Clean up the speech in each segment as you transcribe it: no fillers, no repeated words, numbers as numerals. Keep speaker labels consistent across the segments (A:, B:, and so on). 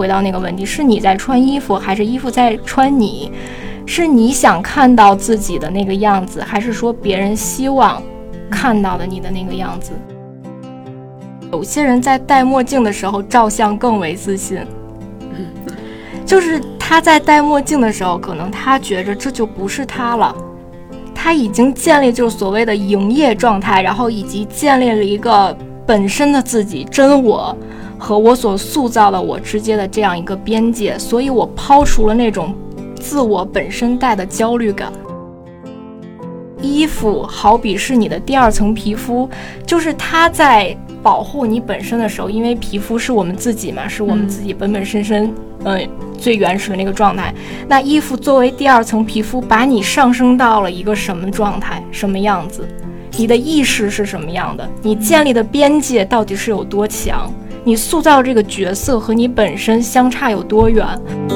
A: 回到那个问题，是你在穿衣服，还是衣服在穿你？是你想看到自己的那个样子，还是说别人希望看到的你的那个样子？有些人在戴墨镜的时候照相更为自信，就是他在戴墨镜的时候，可能他觉着这就不是他了，他已经建立就是所谓的营业状态，然后以及建立了一个本身的自己真我和我所塑造的我之间的这样一个边界，所以我抛除了那种自我本身带的焦虑感。衣服好比是你的第二层皮肤，就是它在保护你本身的时候，因为皮肤是我们自己嘛，是我们自己本本身身最原始的那个状态。那衣服作为第二层皮肤，把你上升到了一个什么状态，什么样子，你的意识是什么样的，你建立的边界到底是有多强，你塑造这个角色和你本身相差有多远。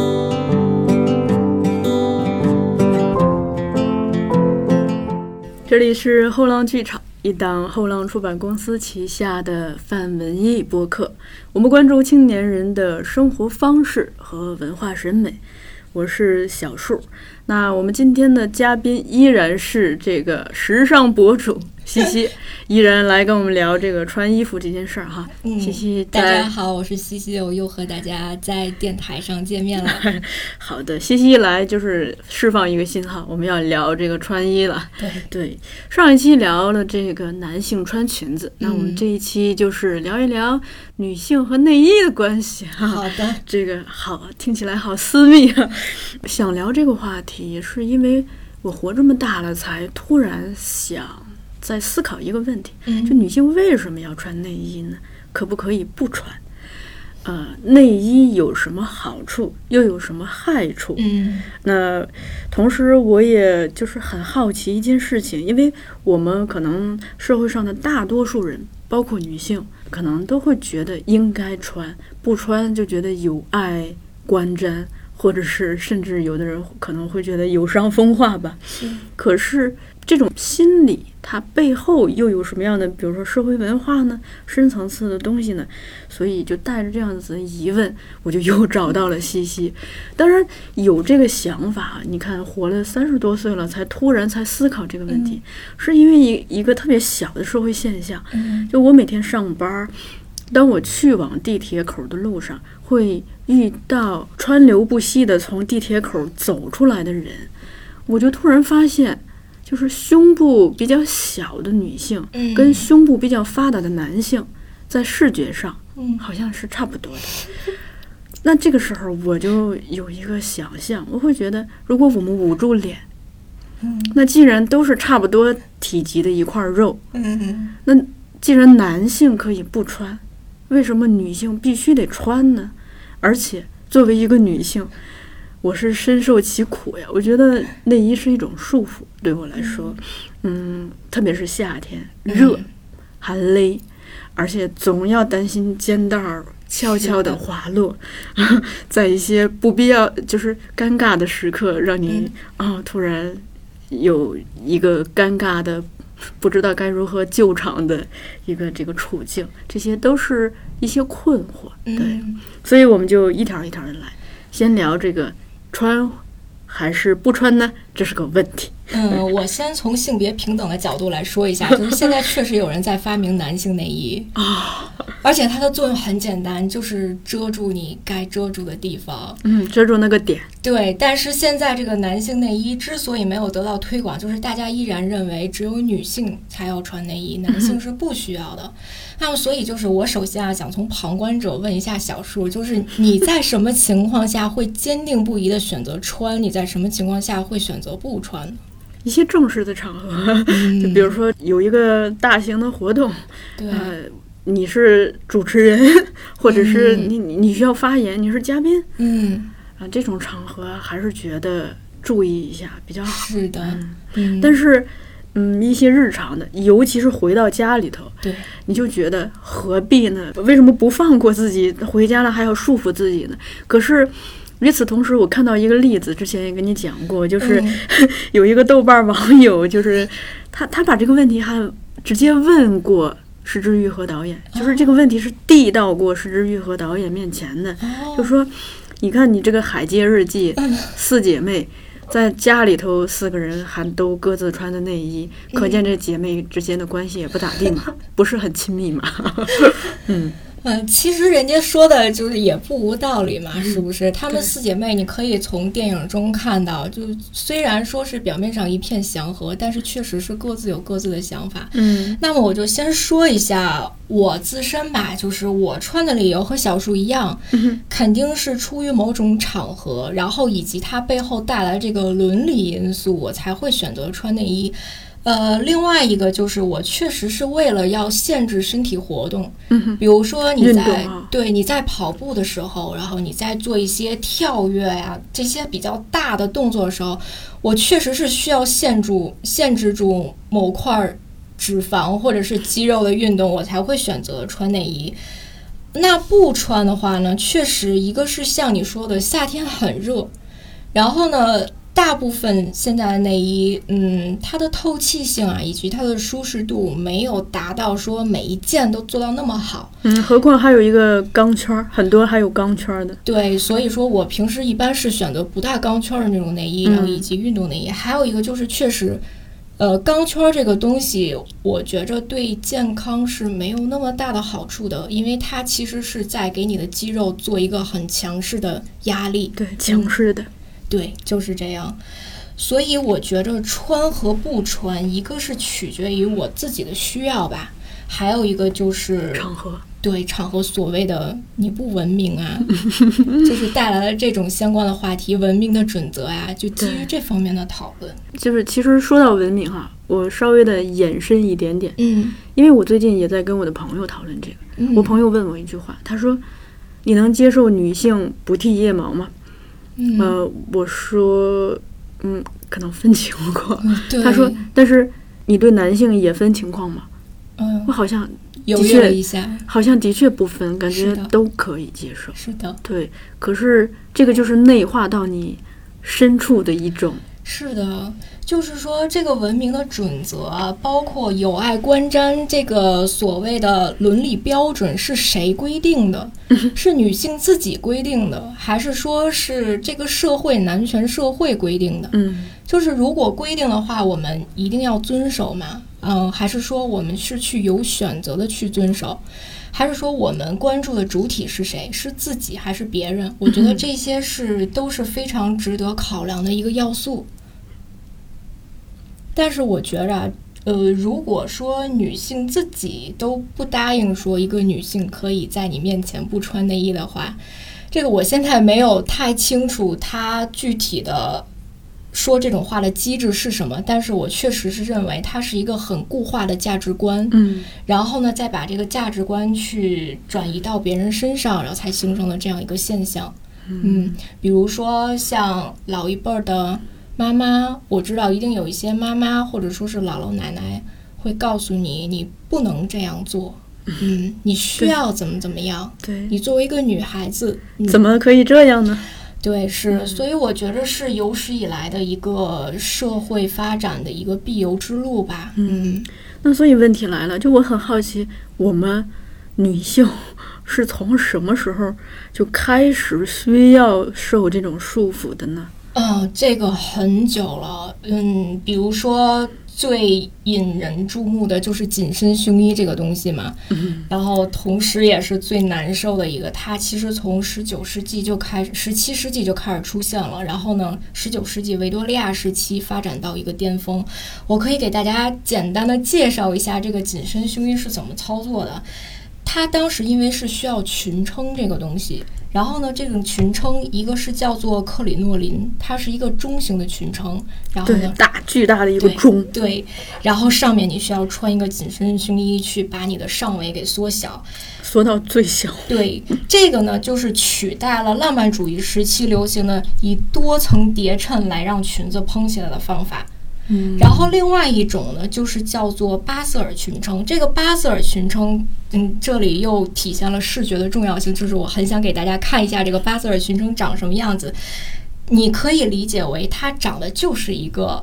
B: 这里是后浪剧场，一档后浪出版公司旗下的泛文艺播客，我们关注青年人的生活方式和文化审美。我是小树，那我们今天的嘉宾依然是这个时尚博主西西，依然来跟我们聊这个穿衣服这件事儿哈。西西，
C: 大家好，我是西西，我又和大家在电台上见面了。
B: 好的，西西一来就是释放一个信号，我们要聊这个穿衣了。对，上一期聊了这个男性穿裙子，那我们这一期就是聊一聊女性和内衣的关系哈。
C: 好的，
B: 这个好，听起来好私密啊。想聊这个话题，是因为我活这么大了，才突然想在思考一个问题，就女性为什么要穿内衣呢？可不可以不穿？内衣有什么好处，又有什么害处？那同时我也就是很好奇一件事情，因为我们可能社会上的大多数人，包括女性，可能都会觉得应该穿，不穿就觉得有碍观瞻，或者是甚至有的人可能会觉得有伤风化吧。可是这种心理它背后又有什么样的，比如说社会文化呢，深层次的东西呢？所以就带着这样子的疑问，我就又找到了西西。当然有这个想法，你看活了30多岁了，才突然才思考这个问题，是因为一个特别小的社会现象。就我每天上班，当我去往地铁口的路上，会遇到川流不息的从地铁口走出来的人，我就突然发现，就是胸部比较小的女性跟胸部比较发达的男性，在视觉上好像是差不多的。那这个时候我就有一个想象，我会觉得，如果我们捂住脸，那既然都是差不多体积的一块肉，那既然男性可以不穿，为什么女性必须得穿呢？而且作为一个女性，我是深受其苦呀。我觉得内衣是一种束缚，对我来说，特别是夏天热还勒，而且总要担心肩带悄悄的滑落，在一些不必要就是尴尬的时刻，让你突然有一个尴尬的不知道该如何救场的一个这个处境，这些都是一些困惑。对，所以我们就一条一条的来，先聊这个穿还是不穿呢？这是个问题。
C: 我先从性别平等的角度来说一下，就是现在确实有人在发明男性内衣而且它的作用很简单，就是遮住你该遮住的地方，
B: 遮住那个点。
C: 对，但是现在这个男性内衣之所以没有得到推广，就是大家依然认为只有女性才要穿内衣，男性是不需要的。那么所以就是我首先想从旁观者问一下小树，就是你在什么情况下会坚定不移的选择穿，你在什么情况下会选择不穿呢？
B: 一些正式的场合，就比如说有一个大型的活动，你是主持人，或者是你需要发言，你是嘉宾，这种场合还是觉得注意一下比较好。
C: 是的，
B: 但是一些日常的，尤其是回到家里头，
C: 对，
B: 你就觉得何必呢？为什么不放过自己？回家了还要束缚自己呢？可是与此同时，我看到一个例子，之前也跟你讲过，就是有一个豆瓣网友，就是他把这个问题还直接问过石之愈合导演，就是这个问题是递到过石之愈合导演面前的，就说你看你这个海街日记四姐妹在家里头4个人还都各自穿的内衣，可见这姐妹之间的关系也不咋地嘛，不是很亲密嘛。
C: 其实人家说的就是也不无道理嘛，是不是？她们4姐妹，你可以从电影中看到，就虽然说是表面上一片祥和，但是确实是各自有各自的想法。那么我就先说一下我自身吧，就是我穿的理由和小树一样，肯定是出于某种场合，然后以及它背后带来这个伦理因素，我才会选择穿内衣。另外一个就是我确实是为了要限制身体活动，比如说你在跑步的时候，然后你在做一些跳跃呀这些比较大的动作的时候，我确实是需要限制住某块脂肪或者是肌肉的运动，我才会选择穿内衣。那不穿的话呢，确实一个是像你说的夏天很热，然后呢大部分现在的内衣，它的透气性啊，以及它的舒适度没有达到说每一件都做到那么好。
B: 何况还有一个钢圈，很多还有钢圈的。
C: 对，所以说我平时一般是选择不带钢圈的那种内衣，然后以及运动内衣。还有一个就是确实，钢圈这个东西，我觉着对健康是没有那么大的好处的，因为它其实是在给你的肌肉做一个很强势的压力。
B: 对，强势的。
C: 对，就是这样。所以我觉着穿和不穿，一个是取决于我自己的需要吧，还有一个就是
B: 场合。
C: 对，场合所谓的你不文明啊，就是带来了这种相关的话题，文明的准则啊，就基于这方面的讨论。
B: 就是其实说到文明哈，我稍微的延伸一点点，因为我最近也在跟我的朋友讨论这个，我朋友问我一句话，他说：“你能接受女性不剃腋毛吗？”我说，可能分情况。他说，但是你对男性也分情况吗？我好像
C: 犹豫了一下，
B: 好像的确不分，感觉都可以接受。
C: 是的，
B: 对。可是这个就是内化到你深处的一种。
C: 是的，就是说这个文明的准则，包括有爱观瞻这个所谓的伦理标准是谁规定的？是女性自己规定的，还是说是这个社会男权社会规定的？就是如果规定的话，我们一定要遵守嘛？还是说我们是去有选择的去遵守？还是说我们关注的主体是谁？是自己还是别人？我觉得这些都是非常值得考量的一个要素。但是我觉着如果说女性自己都不答应说一个女性可以在你面前不穿内衣的话，这个我现在没有太清楚她具体的说这种话的机制是什么，但是我确实是认为它是一个很固化的价值观，然后呢再把这个价值观去转移到别人身上，然后才形成了这样一个现象。比如说像老一辈的妈妈，我知道一定有一些妈妈或者说是姥姥奶奶会告诉你，你不能这样做，你需要怎么样，
B: 对，
C: 你作为一个女孩子，
B: 怎么可以这样呢？
C: 对，是，所以我觉得是有史以来的一个社会发展的一个必由之路吧。
B: 那所以问题来了，就我很好奇，我们女性是从什么时候就开始需要受这种束缚的呢？
C: 这个很久了，比如说最引人注目的就是紧身胸衣这个东西嘛，然后同时也是最难受的一个，它其实从17世纪就开始出现了，然后呢19世纪维多利亚时期发展到一个巅峰。我可以给大家简单的介绍一下这个紧身胸衣是怎么操作的。它当时因为是需要裙撑这个东西，然后呢这种裙撑一个是叫做克里诺林，它是一个中型的裙撑，然后呢
B: 巨大的一个钟，
C: 对，然后上面你需要穿一个紧身胸衣去把你的上围给缩小，
B: 缩到最小。对，
C: 这个呢就是取代了浪漫主义时期流行的以多层叠衬来让裙子蓬起来的方法。然后另外一种呢就是叫做巴瑟尔裙撑。这个巴瑟尔裙撑这里又体现了视觉的重要性，就是我很想给大家看一下这个巴瑟尔裙撑长什么样子。你可以理解为它长得就是一个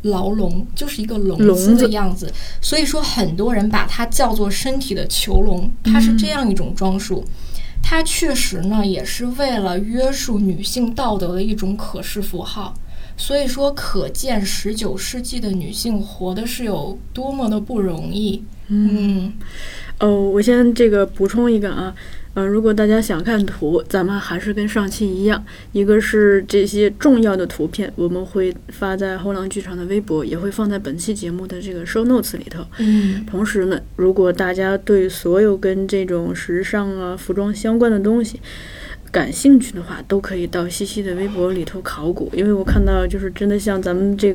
C: 牢笼，就是一个笼子的样子，所以说很多人把它叫做身体的囚笼，它是这样一种装束。它确实呢也是为了约束女性道德的一种可视符号，所以说可见19世纪的女性活的是有多么的不容易。
B: 我先这个补充一个啊，如果大家想看图，咱们还是跟上期一样，一个是这些重要的图片，我们会发在后浪剧场的微博，也会放在本期节目的这个 show notes 里头。同时呢，如果大家对所有跟这种时尚啊、服装相关的东西感兴趣的话，都可以到西西的微博里头考古，因为我看到就是真的像咱们这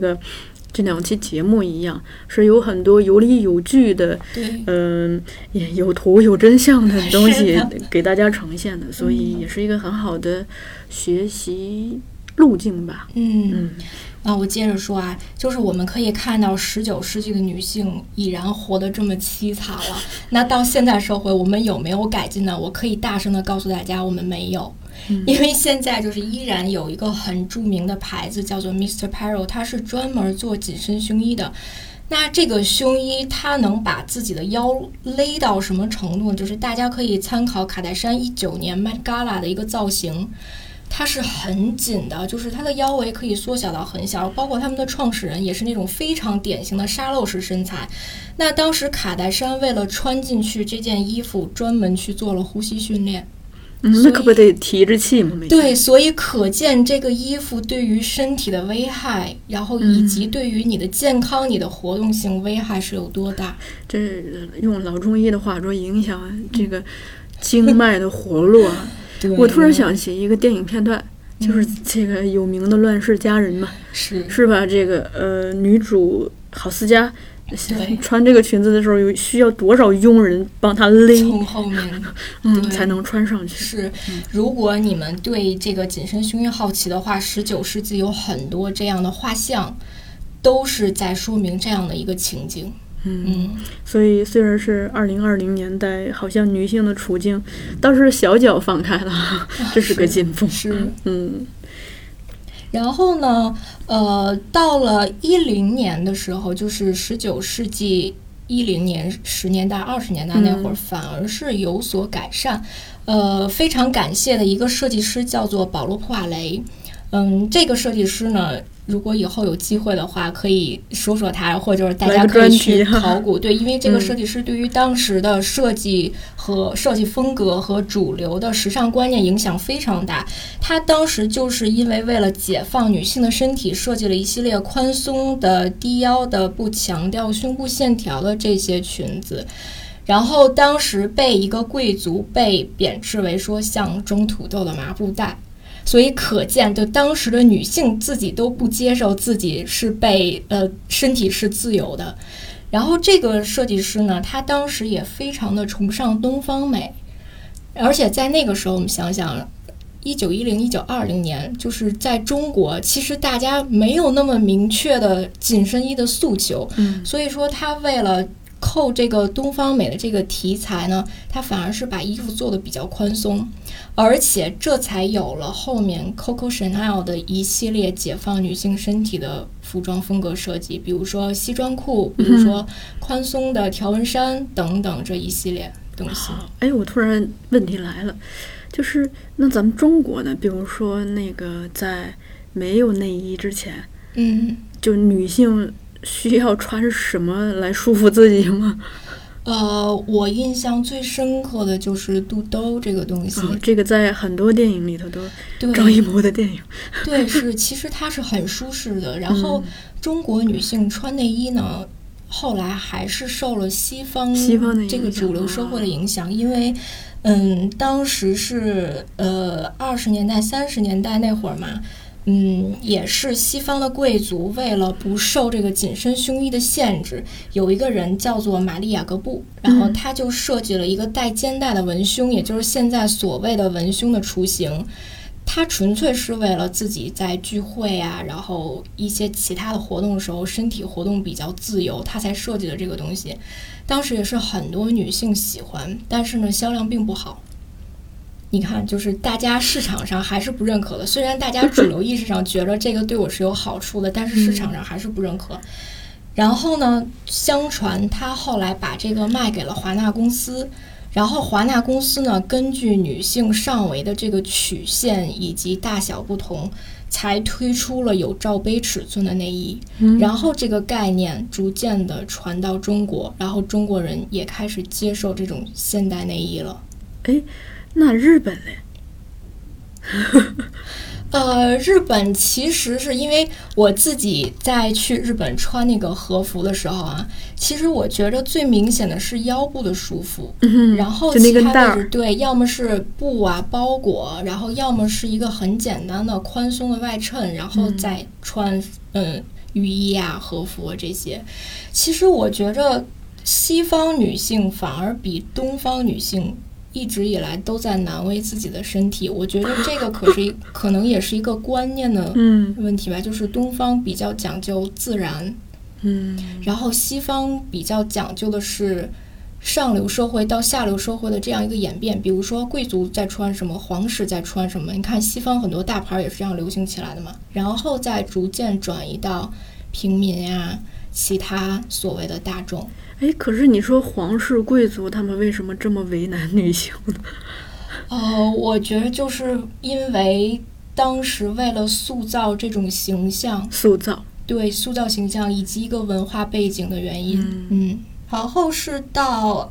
B: 2期节目一样，是有很多有理有据的，也有图有真相的东西给大家呈现的，所以也是一个很好的学习路径吧。
C: 我接着说啊，就是我们可以看到19世纪的女性已然活得这么凄惨了，那到现在社会我们有没有改进呢？我可以大声的告诉大家，我们没有。因为现在就是依然有一个很著名的牌子叫做 Mr. Peril， 它是专门做紧身胸衣的。那这个胸衣它能把自己的腰勒到什么程度，就是大家可以参考卡戴珊19年 Met Gala 的一个造型，它是很紧的，就是它的腰围可以缩小到很小，包括他们的创始人也是那种非常典型的沙漏式身材。那当时卡戴珊为了穿进去这件衣服，专门去做了呼吸训练。
B: 那可不得提着气吗？
C: 对，所以可见这个衣服对于身体的危害，然后以及对于你的健康、你的活动性危害是有多大。
B: 这用老中医的话说，影响这个经脉的活络。我突然想起一个电影片段，就是这个有名的《乱世佳人》嘛，是吧？这个女主郝思嘉穿这个裙子的时候，需要多少佣人帮她勒
C: 从后面
B: 才能穿上去。
C: 是，如果你们对这个紧身胸衣好奇的话，19世纪有很多这样的画像，都是在说明这样的一个情景。
B: 所以虽然是2020年代，好像女性的处境倒是小脚放开了，这是个进步。
C: 然后呢，到了10年的时候，就是19世纪10年、10年代、20年代那会儿，反而是有所改善。非常感谢的一个设计师叫做保罗·普瓦雷。这个设计师呢，如果以后有机会的话，可以说说他，或者大家可以去考古。对，因为这个设计师对于当时的设计和设计风格和主流的时尚观念影响非常大。他当时就是因为了解放女性的身体，设计了一系列宽松的、低腰的、不强调胸部线条的这些裙子。然后当时被一个贵族被贬斥为说像装土豆的麻布袋。所以可见，就当时的女性自己都不接受自己是被身体是自由的。然后这个设计师呢，他当时也非常的崇尚东方美，而且在那个时候，我们想想，1910、1920年，就是在中国，其实大家没有那么明确的紧身衣的诉求，所以说他为了扣这个东方美的这个题材呢，他反而是把衣服做得比较宽松，而且这才有了后面 Coco Chanel 的一系列解放女性身体的服装风格设计，比如说西装裤，比如说宽松的条纹衫等等这一系列东西。
B: 我突然问题来了，就是那咱们中国呢，比如说那个在没有内衣之前，就女性需要穿什么来束缚自己吗？
C: 我印象最深刻的就是肚兜这个东西，
B: 这个在很多电影里头都张艺谋的电影。
C: 对，其实它是很舒适的。然后中国女性穿内衣呢，后来还是受了西方这个主流社会的影响，因为当时是20年代、30年代那会儿嘛。也是西方的贵族为了不受这个紧身胸衣的限制，有一个人叫做玛丽亚格布，然后他就设计了一个带肩带的文胸，也就是现在所谓的文胸的雏形。他纯粹是为了自己在聚会啊，然后一些其他的活动的时候，身体活动比较自由，他才设计的这个东西。当时也是很多女性喜欢，但是呢，销量并不好。 你看，就是大家市场上还是不认可的。虽然大家主流意识上觉得这个对我是有好处的，但是市场上还是不认可。然后呢，相传他后来把这个卖给了华纳公司，然后华纳公司呢，根据女性上围的这个曲线以及大小不同，才推出了有罩杯尺寸的内衣。然后这个概念逐渐的传到中国，然后中国人也开始接受这种现代内衣了。
B: 哎，那日本嘞？
C: 日本其实是因为我自己在去日本穿那个和服的时候啊，其实我觉得最明显的是腰部的束缚，然后其他位置对，要么是布啊包裹，然后要么是一个很简单的宽松的外衬，然后再穿浴衣啊和服啊这些。其实我觉得西方女性反而比东方女性一直以来都在难为自己的身体，我觉得这个可能也是一个观念的问题吧。就是东方比较讲究自然，然后西方比较讲究的是上流社会到下流社会的这样一个演变。比如说贵族在穿什么，皇室在穿什么，你看西方很多大牌也是这样流行起来的嘛，然后再逐渐转移到平民啊，其他所谓的大众。
B: 哎，可是你说皇室贵族他们为什么这么为难女性呢？
C: 我觉得就是因为当时为了塑造这种形象，塑造形象以及一个文化背景的原因。然后是到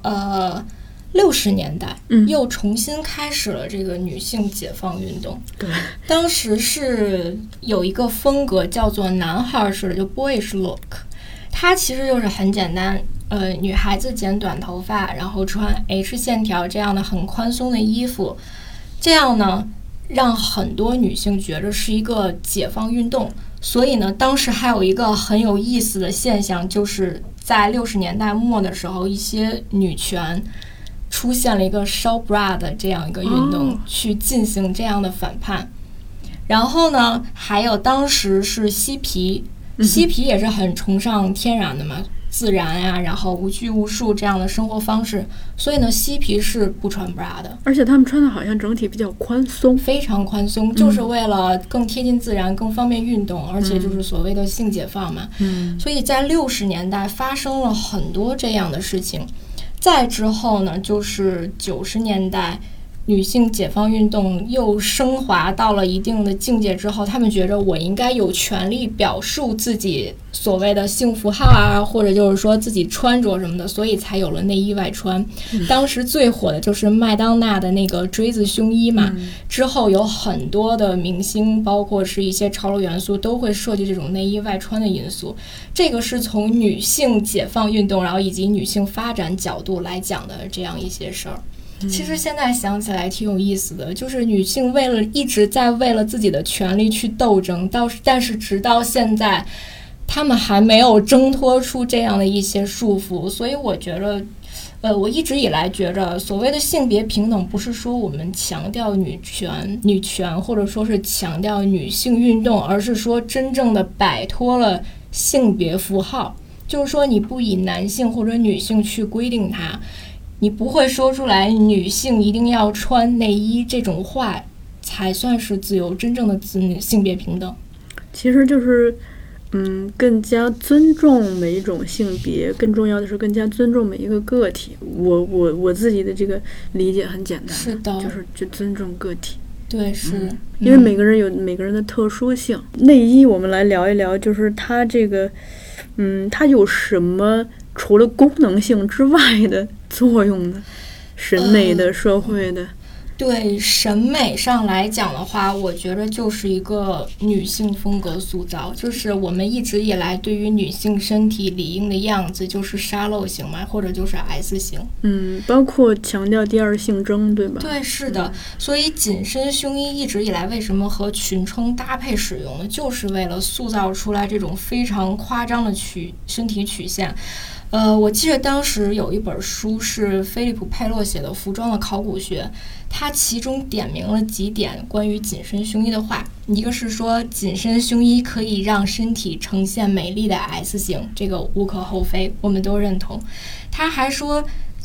C: 60年代，又重新开始了这个女性解放运动。
B: 对，
C: 当时是有一个风格叫做男孩式的，就 boyish look， 它其实就是很简单。女孩子剪短头发，然后穿 H 线条这样的很宽松的衣服，这样呢让很多女性觉得是一个解放运动。所以呢，当时还有一个很有意思的现象，就是在60年代末的时候，一些女权出现了一个烧 bra 的这样一个运动，去进行这样的反叛。然后呢，还有当时是嬉皮也是很崇尚天然的嘛，自然呀，然后无拘无束这样的生活方式，所以呢，嬉皮是不穿 bra 的，
B: 而且他们穿的好像整体比较宽松，
C: 非常宽松，就是为了更贴近自然，更方便运动，而且就是所谓的性解放嘛。所以在60年代发生了很多这样的事情。再之后呢，就是90年代。女性解放运动又升华到了一定的境界之后，他们觉得我应该有权利表述自己所谓的性符号啊，或者就是说自己穿着什么的，所以才有了内衣外穿。当时最火的就是麦当娜的那个锥子胸衣嘛，之后有很多的明星，包括是一些潮流元素，都会设计这种内衣外穿的因素。这个是从女性解放运动，然后以及女性发展角度来讲的这样一些事儿。其实现在想起来挺有意思的，就是女性一直在为了自己的权利去斗争，但是直到现在她们还没有挣脱出这样的一些束缚。所以我觉得我一直以来觉着所谓的性别平等不是说我们强调女权或者说是强调女性运动，而是说真正的摆脱了性别符号，就是说你不以男性或者女性去规定它，你不会说出来女性一定要穿内衣这种话，才算是自由，真正的性别平等。
B: 其实就是更加尊重每一种性别，更重要的是更加尊重每一个个体。我自己的这个理解很简单，
C: 是的，
B: 就尊重个体。
C: 对，是
B: 因为每个人有每个人的特殊性。内衣我们来聊一聊，就是它这个它有什么除了功能性之外的作用呢？审美的、社会的。
C: 对审美上来讲的话，我觉得就是一个女性风格塑造，就是我们一直以来对于女性身体理应的样子就是沙漏型嘛，或者就是 S 型。
B: 包括强调第二性征，对吧？
C: 对，是的。所以紧身胸衣一直以来为什么和裙撑搭配使用呢？就是为了塑造出来这种非常夸张的身体曲线。我记得当时有一本书是菲利普·佩洛写的《服装的考古学》，它其中点明了几点关于紧身胸衣的话。一个是说紧身胸衣可以让身体呈现美丽的 S 型，这个无可厚非，我们都认同。他还说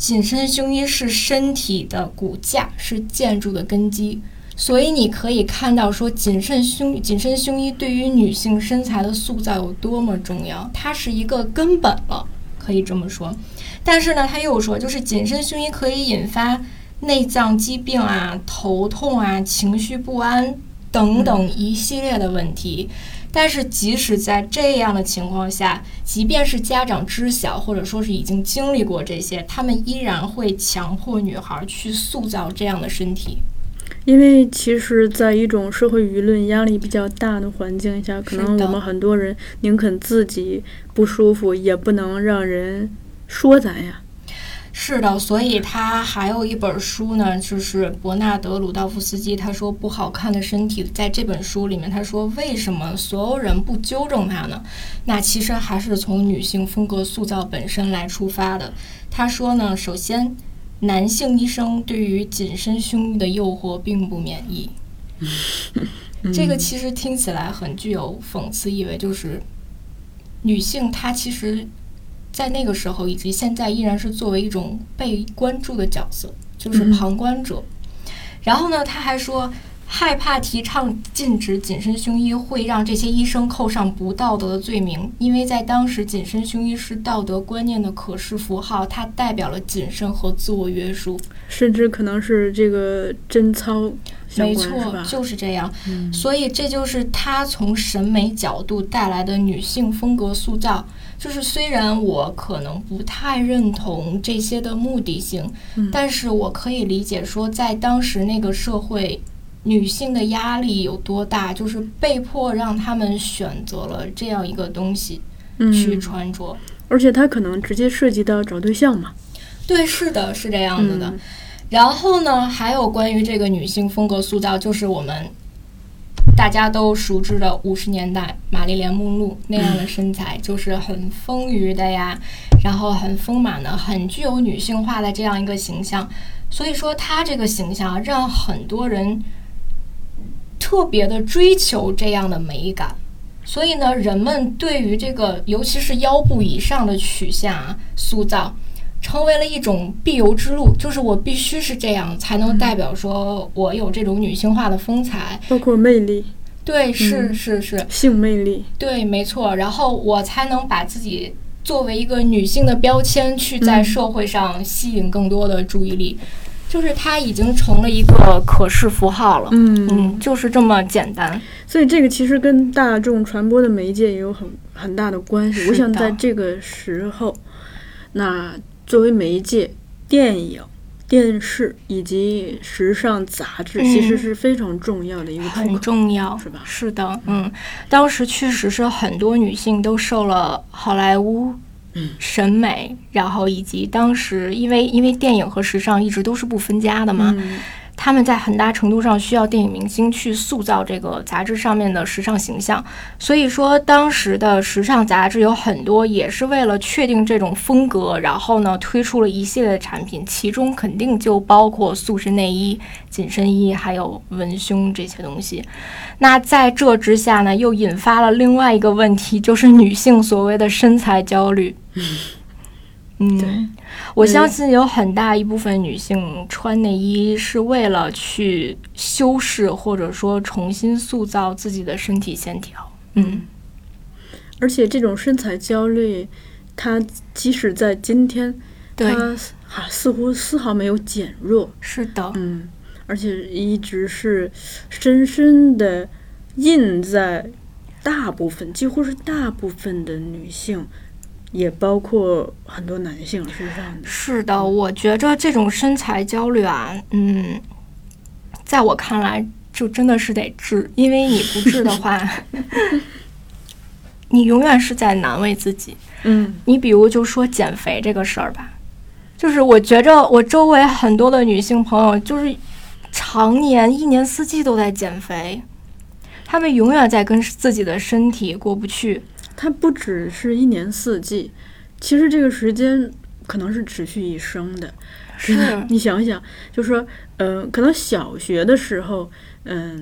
C: 紧身胸衣是身体的骨架，是建筑的根基。所以你可以看到说紧身胸衣对于女性身材的塑造有多么重要，它是一个根本了，可以这么说。但是呢，他又说就是紧身胸衣可以引发内脏疾病啊、头痛啊、情绪不安等等一系列的问题。但是即使在这样的情况下，即便是家长知晓或者说是已经经历过这些，他们依然会强迫女孩去塑造这样的身体。
B: 因为其实在一种社会舆论压力比较大的环境下，可能我们很多人宁肯自己不舒服也不能让人说咱呀。
C: 是的，所以他还有一本书呢，就是伯纳德·鲁道夫斯基，他说不好看的身体，在这本书里面他说为什么所有人不纠正他呢？那其实还是从女性风格塑造本身来出发的。他说呢，首先男性医生对于紧身胸衣的诱惑并不免疫。这个其实听起来很具有讽刺意味，就是女性她其实在那个时候以及现在依然是作为一种被关注的角色，就是旁观者。然后呢，他还说害怕提倡禁止紧身胸衣会让这些医生扣上不道德的罪名，因为在当时紧身胸衣是道德观念的可视符号，它代表了谨慎和自我约束，
B: 甚至可能是这个贞操相关。
C: 没错，就是这样。所以这就是他从审美角度带来的女性风格塑造。就是虽然我可能不太认同这些的目的性，但是我可以理解说在当时那个社会女性的压力有多大，就是被迫让他们选择了这样一个东西去穿着。
B: 而且它可能直接涉及到找对象嘛。
C: 对，是的，是这样子的。然后呢，还有关于这个女性风格塑造，就是我们大家都熟知的50年代玛丽莲梦露那样的身材，就是很丰腴的呀，然后很丰满的，很具有女性化的这样一个形象。所以说她这个形象让很多人特别的追求这样的美感。所以呢，人们对于这个尤其是腰部以上的曲线塑造成为了一种必由之路，就是我必须是这样才能代表说我有这种女性化的风采，
B: 包括魅力。
C: 对，是
B: 性魅力。
C: 对，没错。然后我才能把自己作为一个女性的标签去在社会上吸引更多的注意力，就是它已经成了一个可视符号了。就是这么简单。
B: 所以这个其实跟大众传播的媒介也有很大的关系。我想在这个时候，那作为媒介，电影、电视以及时尚杂志其实是非常重要的一个出口，
C: 很重要，
B: 是吧？
C: 是的，当时确实是很多女性都受了好莱坞审美，然后以及当时因为电影和时尚一直都是不分家的嘛。他们在很大程度上需要电影明星去塑造这个杂志上面的时尚形象，所以说当时的时尚杂志有很多也是为了确定这种风格，然后呢推出了一系列的产品，其中肯定就包括塑身内衣、紧身衣还有文胸这些东西。那在这之下呢，又引发了另外一个问题，就是女性所谓的身材焦虑。我相信有很大一部分女性穿内衣是为了去修饰或者说重新塑造自己的身体线条。
B: 而且这种身材焦虑，它即使在今天，它似乎丝毫没有减弱。
C: 是的，
B: 而且一直是深深的印在几乎是大部分的女性，也包括很多男性身上的。
C: 是的，我觉着这种身材焦虑在我看来就真的是得治，因为你不治的话你永远是在难为自己。你比如就说减肥这个事儿吧，就是我觉着我周围很多的女性朋友就是常年一年四季都在减肥，她们永远在跟自己的身体过不去。
B: 它不只是一年四季，其实这个时间可能是持续一生的。
C: 是，
B: 你想想，就说可能小学的时候，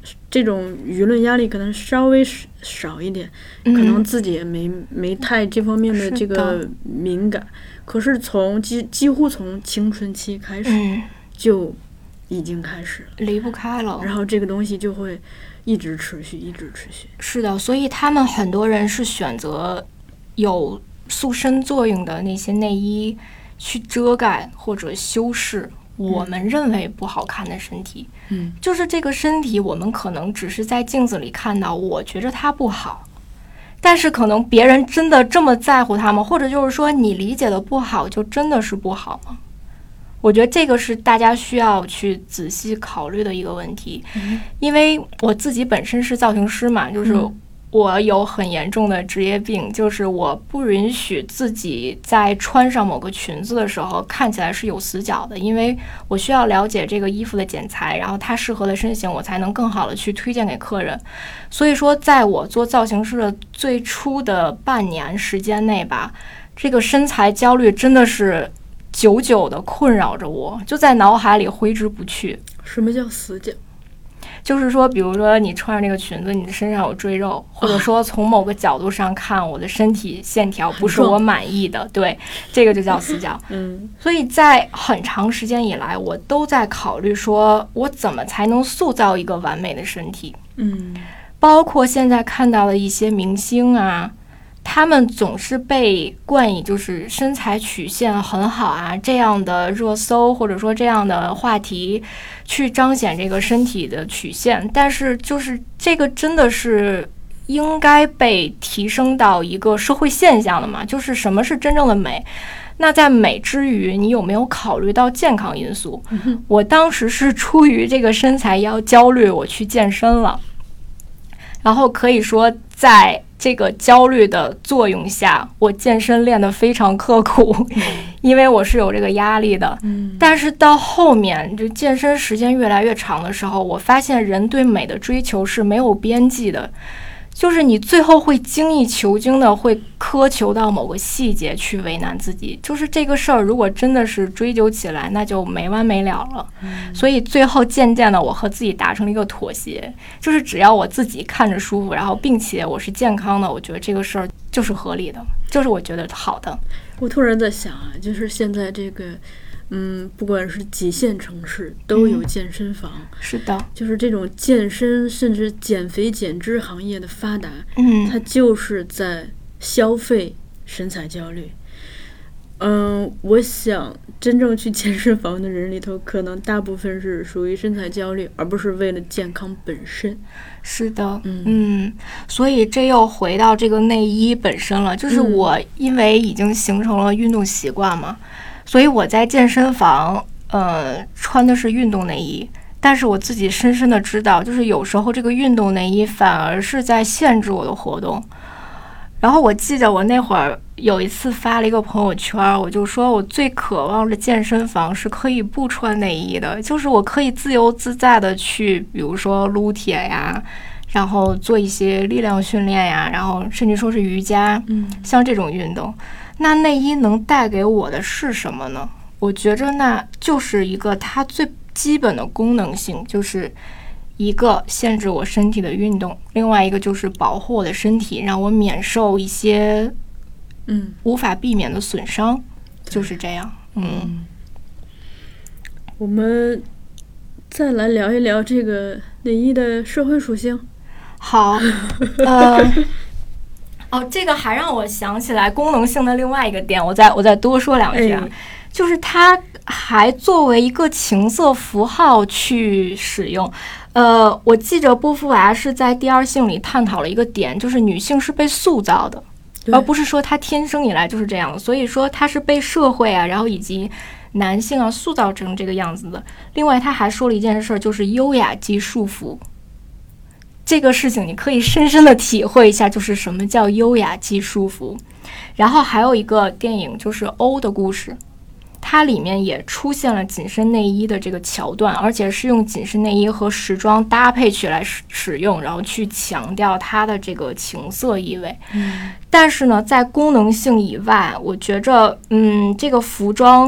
B: 这种舆论压力可能稍微少一点，可能自己也没太这方面的这个敏感。可是从几乎从青春期开始就已经开始了，
A: 离不开了，
B: 然后这个东西就会一直持续。
A: 是的，所以他们很多人是选择有塑身作用的那些内衣去遮盖或者修饰我们认为不好看的身体。就是这个身体我们可能只是在镜子里看到，我觉着它不好，但是可能别人真的这么在乎它吗？或者就是说你理解的不好就真的是不好吗？我觉得这个是大家需要去仔细考虑的一个问题。因为我自己本身是造型师嘛，就是我有很严重的职业病，就是我不允许自己在穿上某个裙子的时候看起来是有死角的，因为我需要了解这个衣服的剪裁，然后它适合的身形，我才能更好的去推荐给客人。所以说在我做造型师的最初的半年时间内吧，这个身材焦虑真的是久久的困扰着我，就在脑海里挥之不去。
B: 什么叫死角？
A: 就是说比如说你穿上这个裙子，你的身上有赘肉，或者说从某个角度上看我的身体线条不是我满意的，对，这个就叫死角。所以在很长时间以来我都在考虑说我怎么才能塑造一个完美的身体。包括现在看到的一些明星啊，他们总是被冠以就是身材曲线很好啊这样的热搜，或者说这样的话题去彰显这个身体的曲线，但是就是这个真的是应该被提升到一个社会现象的嘛？就是什么是真正的美？那在美之余，你有没有考虑到健康因素？我当时是出于这个身材要焦虑，我去健身了，然后可以说在这个焦虑的作用下，我健身练得非常刻苦，因为我是有这个压力的。但是到后面就健身时间越来越长的时候，我发现人对美的追求是没有边际的，就是你最后会精益求精的会苛求到某个细节去为难自己，就是这个事儿如果真的是追究起来那就没完没了了。所以最后渐渐的我和自己达成了一个妥协，就是只要我自己看着舒服，然后并且我是健康的，我觉得这个事儿就是合理的，就是我觉得好的。
B: 我突然在想啊，就是现在这个不管是几线城市都有健身房。
A: 是的，
B: 就是这种健身甚至减肥减脂行业的发达，它就是在消费身材焦虑。我想真正去健身房的人里头，可能大部分是属于身材焦虑，而不是为了健康本身。
A: 是的，所以这又回到这个内衣本身了，就是我因为已经形成了运动习惯嘛，所以我在健身房穿的是运动内衣，但是我自己深深的知道，就是有时候这个运动内衣反而是在限制我的活动。然后我记得我那会儿有一次发了一个朋友圈，我就说我最渴望的健身房是可以不穿内衣的，就是我可以自由自在的去比如说撸铁呀，然后做一些力量训练呀，然后甚至说是瑜伽，像这种运动。那内衣能带给我的是什么呢？我觉着那就是一个它最基本的功能性，就是一个限制我身体的运动，另外一个就是保护我的身体，让我免受一些无法避免的损伤，就是这样。
B: 我们再来聊一聊这个内衣的社会属性。
A: 好，这个还让我想起来功能性的另外一个点，我再多说两句啊。就是它还作为一个情色符号去使用。我记着波伏娃是在第二性里探讨了一个点，就是女性是被塑造的，而不是说她天生以来就是这样的，所以说她是被社会啊，然后以及男性啊塑造成这个样子的。另外他还说了一件事，就是优雅即束缚。这个事情你可以深深的体会一下，就是什么叫优雅即束缚。然后还有一个电影就是《欧的故事》，它里面也出现了紧身内衣的这个桥段，而且是用紧身内衣和时装搭配起来使用，然后去强调它的这个情色意味。但是呢，在功能性以外，我觉着这个服装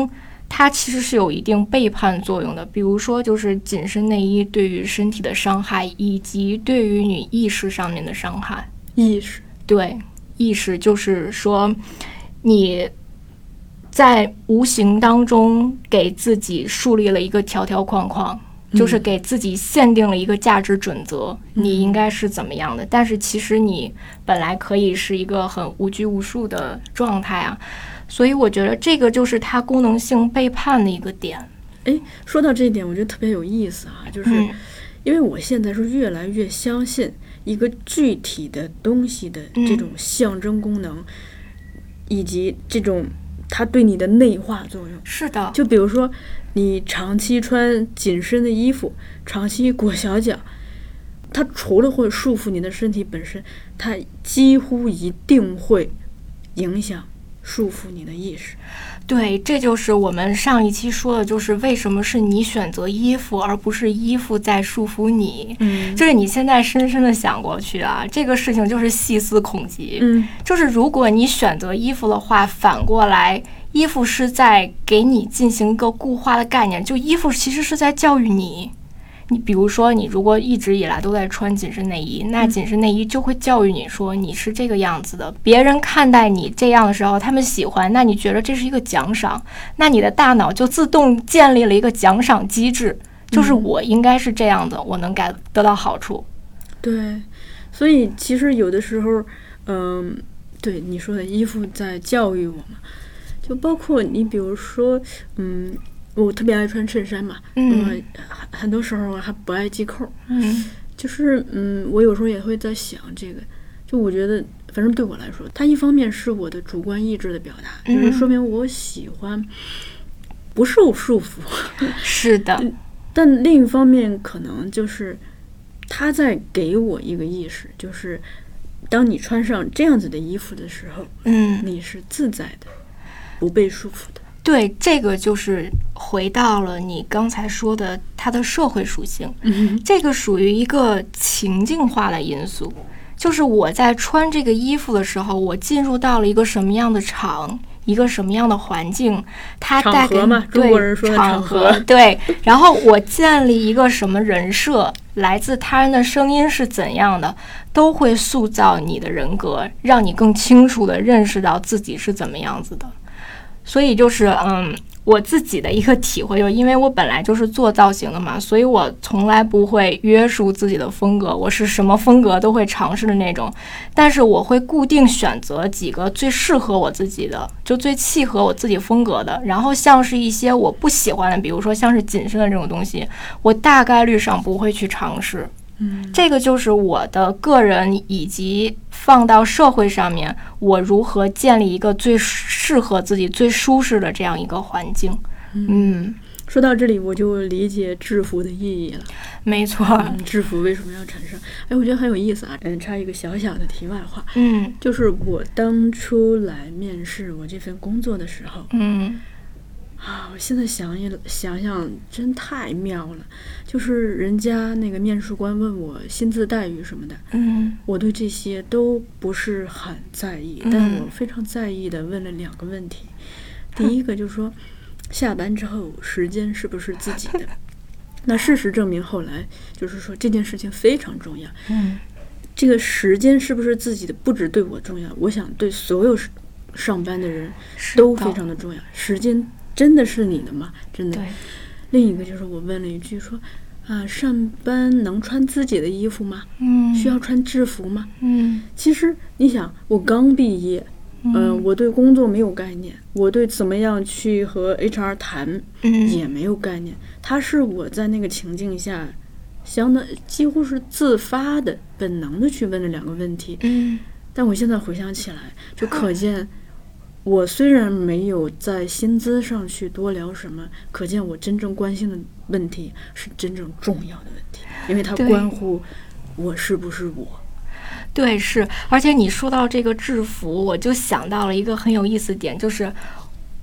A: 它其实是有一定背叛作用的。比如说，就是紧身内衣对于身体的伤害，以及对于你意识上面的伤害。
B: 意识，
A: 对，意识就是说，你在无形当中给自己树立了一个条条框框，就是给自己限定了一个价值准则，你应该是怎么样的。但是其实你本来可以是一个很无拘无束的状态啊。所以我觉得这个就是它功能性背叛的一个点。
B: 说到这一点，我觉得特别有意思啊，就是因为我现在是越来越相信一个具体的东西的这种象征功能，以及这种它对你的内化作用。
A: 是的，
B: 就比如说你长期穿紧身的衣服，长期裹小脚，它除了会束缚你的身体本身，它几乎一定会影响束缚你的意识。
A: 对，这就是我们上一期说的，就是为什么是你选择衣服，而不是衣服在束缚你。就是你现在深深的想过去啊，这个事情就是细思恐极。就是如果你选择衣服的话，反过来，衣服是在给你进行一个固化的概念，就衣服其实是在教育你。你比如说，你如果一直以来都在穿紧身内衣，那紧身内衣就会教育你说你是这个样子的，别人看待你这样的时候，他们喜欢，那你觉得这是一个奖赏，那你的大脑就自动建立了一个奖赏机制，就是我应该是这样的，我能得到好处。
B: 对，所以其实有的时候，对你说的衣服在教育我嘛，就包括你比如说，我特别爱穿衬衫嘛，很多时候我还不爱系扣，就是我有时候也会在想这个，就我觉得反正对我来说，它一方面是我的主观意志的表达，就是说明我喜欢不受束缚，
A: 是的，
B: 但另一方面可能就是它在给我一个意识，就是当你穿上这样子的衣服的时候，你是自在的，不被束缚的。
A: 对，这个就是回到了你刚才说的它的社会属性，这个属于一个情境化的因素，就是我在穿这个衣服的时候，我进入到了一个什么样的一个什么样的环境，它带给
B: 场合嘛，中国人说的场合，
A: 对，然后我建立一个什么人设，来自他人的声音是怎样的，都会塑造你的人格，让你更清楚地认识到自己是怎么样子的。所以就是我自己的一个体会，就因为我本来就是做造型的嘛，所以我从来不会约束自己的风格，我是什么风格都会尝试的那种，但是我会固定选择几个最适合我自己的，就最契合我自己风格的，然后像是一些我不喜欢的，比如说像是紧身的这种东西，我大概率上不会去尝试。这个就是我的个人以及放到社会上面，我如何建立一个最适合自己、最舒适的这样一个环境。
B: 说到这里，我就理解制服的意义了。
A: 没错，
B: 制服为什么要产生？我觉得很有意思啊。插一个小小的题外话，就是我当初来面试我这份工作的时候，我现在想想，真太妙了。就是人家那个面试官问我薪资待遇什么的，我对这些都不是很在意，但我非常在意的问了2个问题。第一个就是说，下班之后时间是不是自己的？那事实证明，后来就是说这件事情非常重要。这个时间是不是自己的，不只对我重要，我想对所有上班的人都非常的重要。时间真的是你的吗？真的。另一个就是我问了一句说，上班能穿自己的衣服吗？需要穿制服吗？其实你想，我刚毕业，我对工作没有概念，我对怎么样去和 HR 谈也没有概念。它是我在那个情境下几乎是自发的本能的去问了2个问题。但我现在回想起来，就可见我虽然没有在薪资上去多聊什么，可见我真正关心的问题是真正重要的问题，因为它关乎我是不是我。
A: 对，是。而且你说到这个制服，我就想到了一个很有意思的点，就是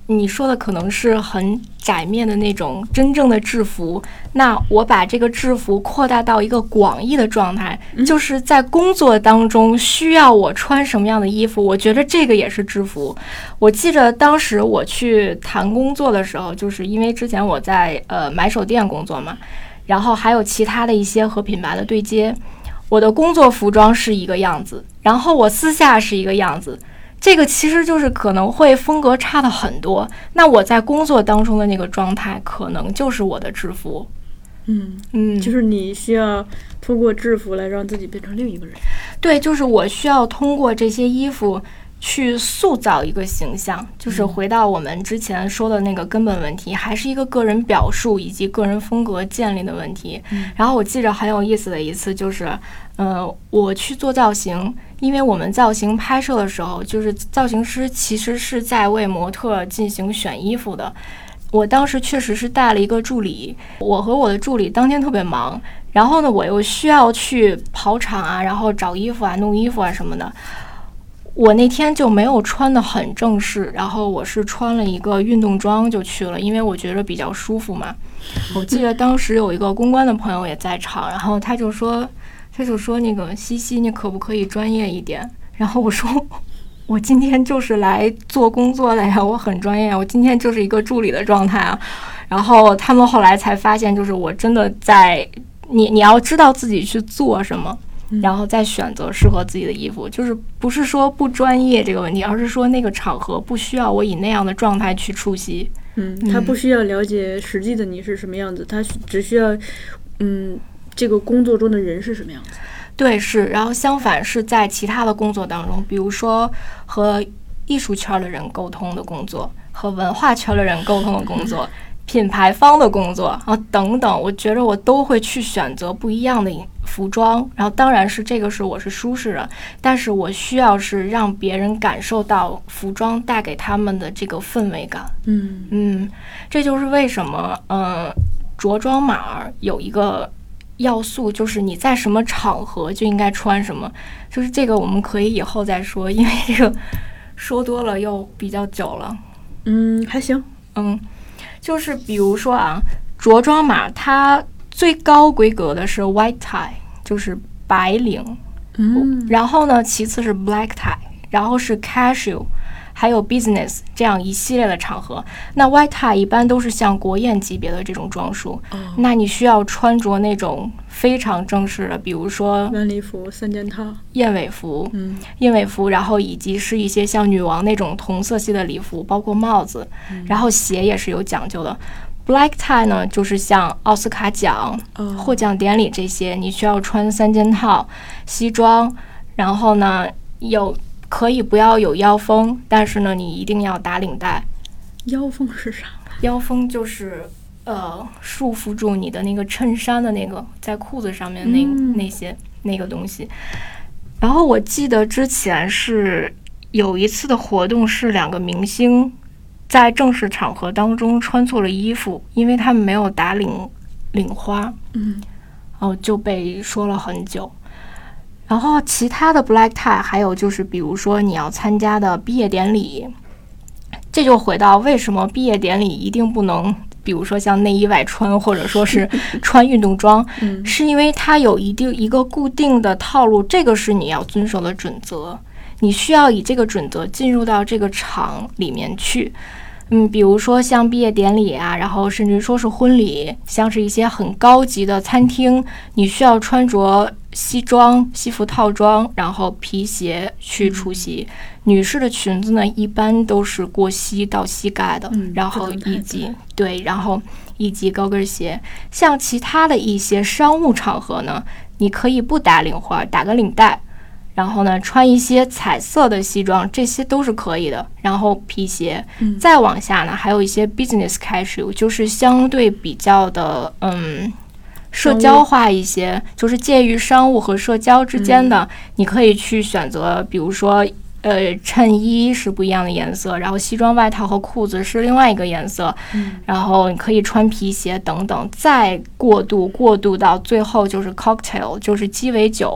A: 你说的可能是很窄面的那种真正的制服，那我把这个制服扩大到一个广义的状态，就是在工作当中需要我穿什么样的衣服，我觉得这个也是制服。我记得当时我去谈工作的时候，就是因为之前我在买手店工作嘛，然后还有其他的一些和品牌的对接，我的工作服装是一个样子，然后我私下是一个样子，这个其实就是可能会风格差的很多，那我在工作当中的那个状态可能就是我的制服。
B: 就是你需要通过制服来让自己变成另一个人。
A: 对，就是我需要通过这些衣服去塑造一个形象，就是回到我们之前说的那个根本问题，还是一个个人表述以及个人风格建立的问题。然后我记着很有意思的一次就是我去做造型，因为我们造型拍摄的时候，就是造型师其实是在为模特进行选衣服的。我当时确实是带了一个助理，我和我的助理当天特别忙，然后呢我又需要去跑场啊，然后找衣服啊、弄衣服啊什么的。我那天就没有穿得很正式，然后我是穿了一个运动装就去了，因为我觉得比较舒服嘛。我记得当时有一个公关的朋友也在场，然后他就说那个西西，你可不可以专业一点？然后我说我今天就是来做工作的呀，我很专业，我今天就是一个助理的状态啊。然后他们后来才发现，就是我真的在你要知道自己去做什么，然后再选择适合自己的衣服，就是不是说不专业这个问题，而是说那个场合不需要我以那样的状态去出席。
B: 他不需要了解实际的你是什么样子，他只需要这个工作中的人是什么样子。
A: 对，是。然后相反是在其他的工作当中，比如说和艺术圈的人沟通的工作，和文化圈的人沟通的工作，品牌方的工作啊等等，我觉得我都会去选择不一样的服装。然后当然是这个是我是舒适的，但是我需要是让别人感受到服装带给他们的这个氛围感。这就是为什么着装码有一个要素，就是你在什么场合就应该穿什么，就是这个我们可以以后再说，因为这个说多了又比较久了。
B: 还行。
A: 就是比如说啊，着装码它最高规格的是 white tie， 就是白领。然后呢，其次是 black tie， 然后是 casual，还有 business 这样一系列的场合。那 white tie 一般都是像国宴级别的这种装束，那你需要穿着那种非常正式的，比如说
B: 晚礼服、三件套、
A: 燕尾服，然后以及是一些像女王那种同色系的礼服，包括帽子，然后鞋也是有讲究的。Black tie 呢，就是像奥斯卡奖、获奖典礼这些，你需要穿三件套、西装，然后呢可以不要有腰封，但是呢你一定要打领带。
B: 腰封是啥？
A: 腰封就是束缚住你的那个衬衫的那个在裤子上面那个东西。然后我记得之前是有一次的活动，是2个明星在正式场合当中穿错了衣服，因为他们没有打领花，就被说了很久。然后其他的 black tie 还有就是比如说你要参加的毕业典礼，这就回到为什么毕业典礼一定不能比如说像内衣外穿，或者说是穿运动装，是因为它有一个固定的套路，这个是你要遵守的准则，你需要以这个准则进入到这个场里面去。比如说像毕业典礼啊，然后甚至说是婚礼，像是一些很高级的餐厅，你需要穿着西装、西服套装，然后皮鞋去出席。女士的裙子呢，一般都是过膝到膝盖的，然后以及高跟鞋。像其他的一些商务场合呢，你可以不打领花，打个领带。然后呢，穿一些彩色的西装，这些都是可以的。然后皮鞋，再往下呢，还有一些 business casual， 就是相对比较的社交化一些，就是介于商务和社交之间的。你可以去选择，比如说衬衣是不一样的颜色，然后西装外套和裤子是另外一个颜色，然后你可以穿皮鞋等等。再过渡到最后就是 cocktail， 就是鸡尾酒。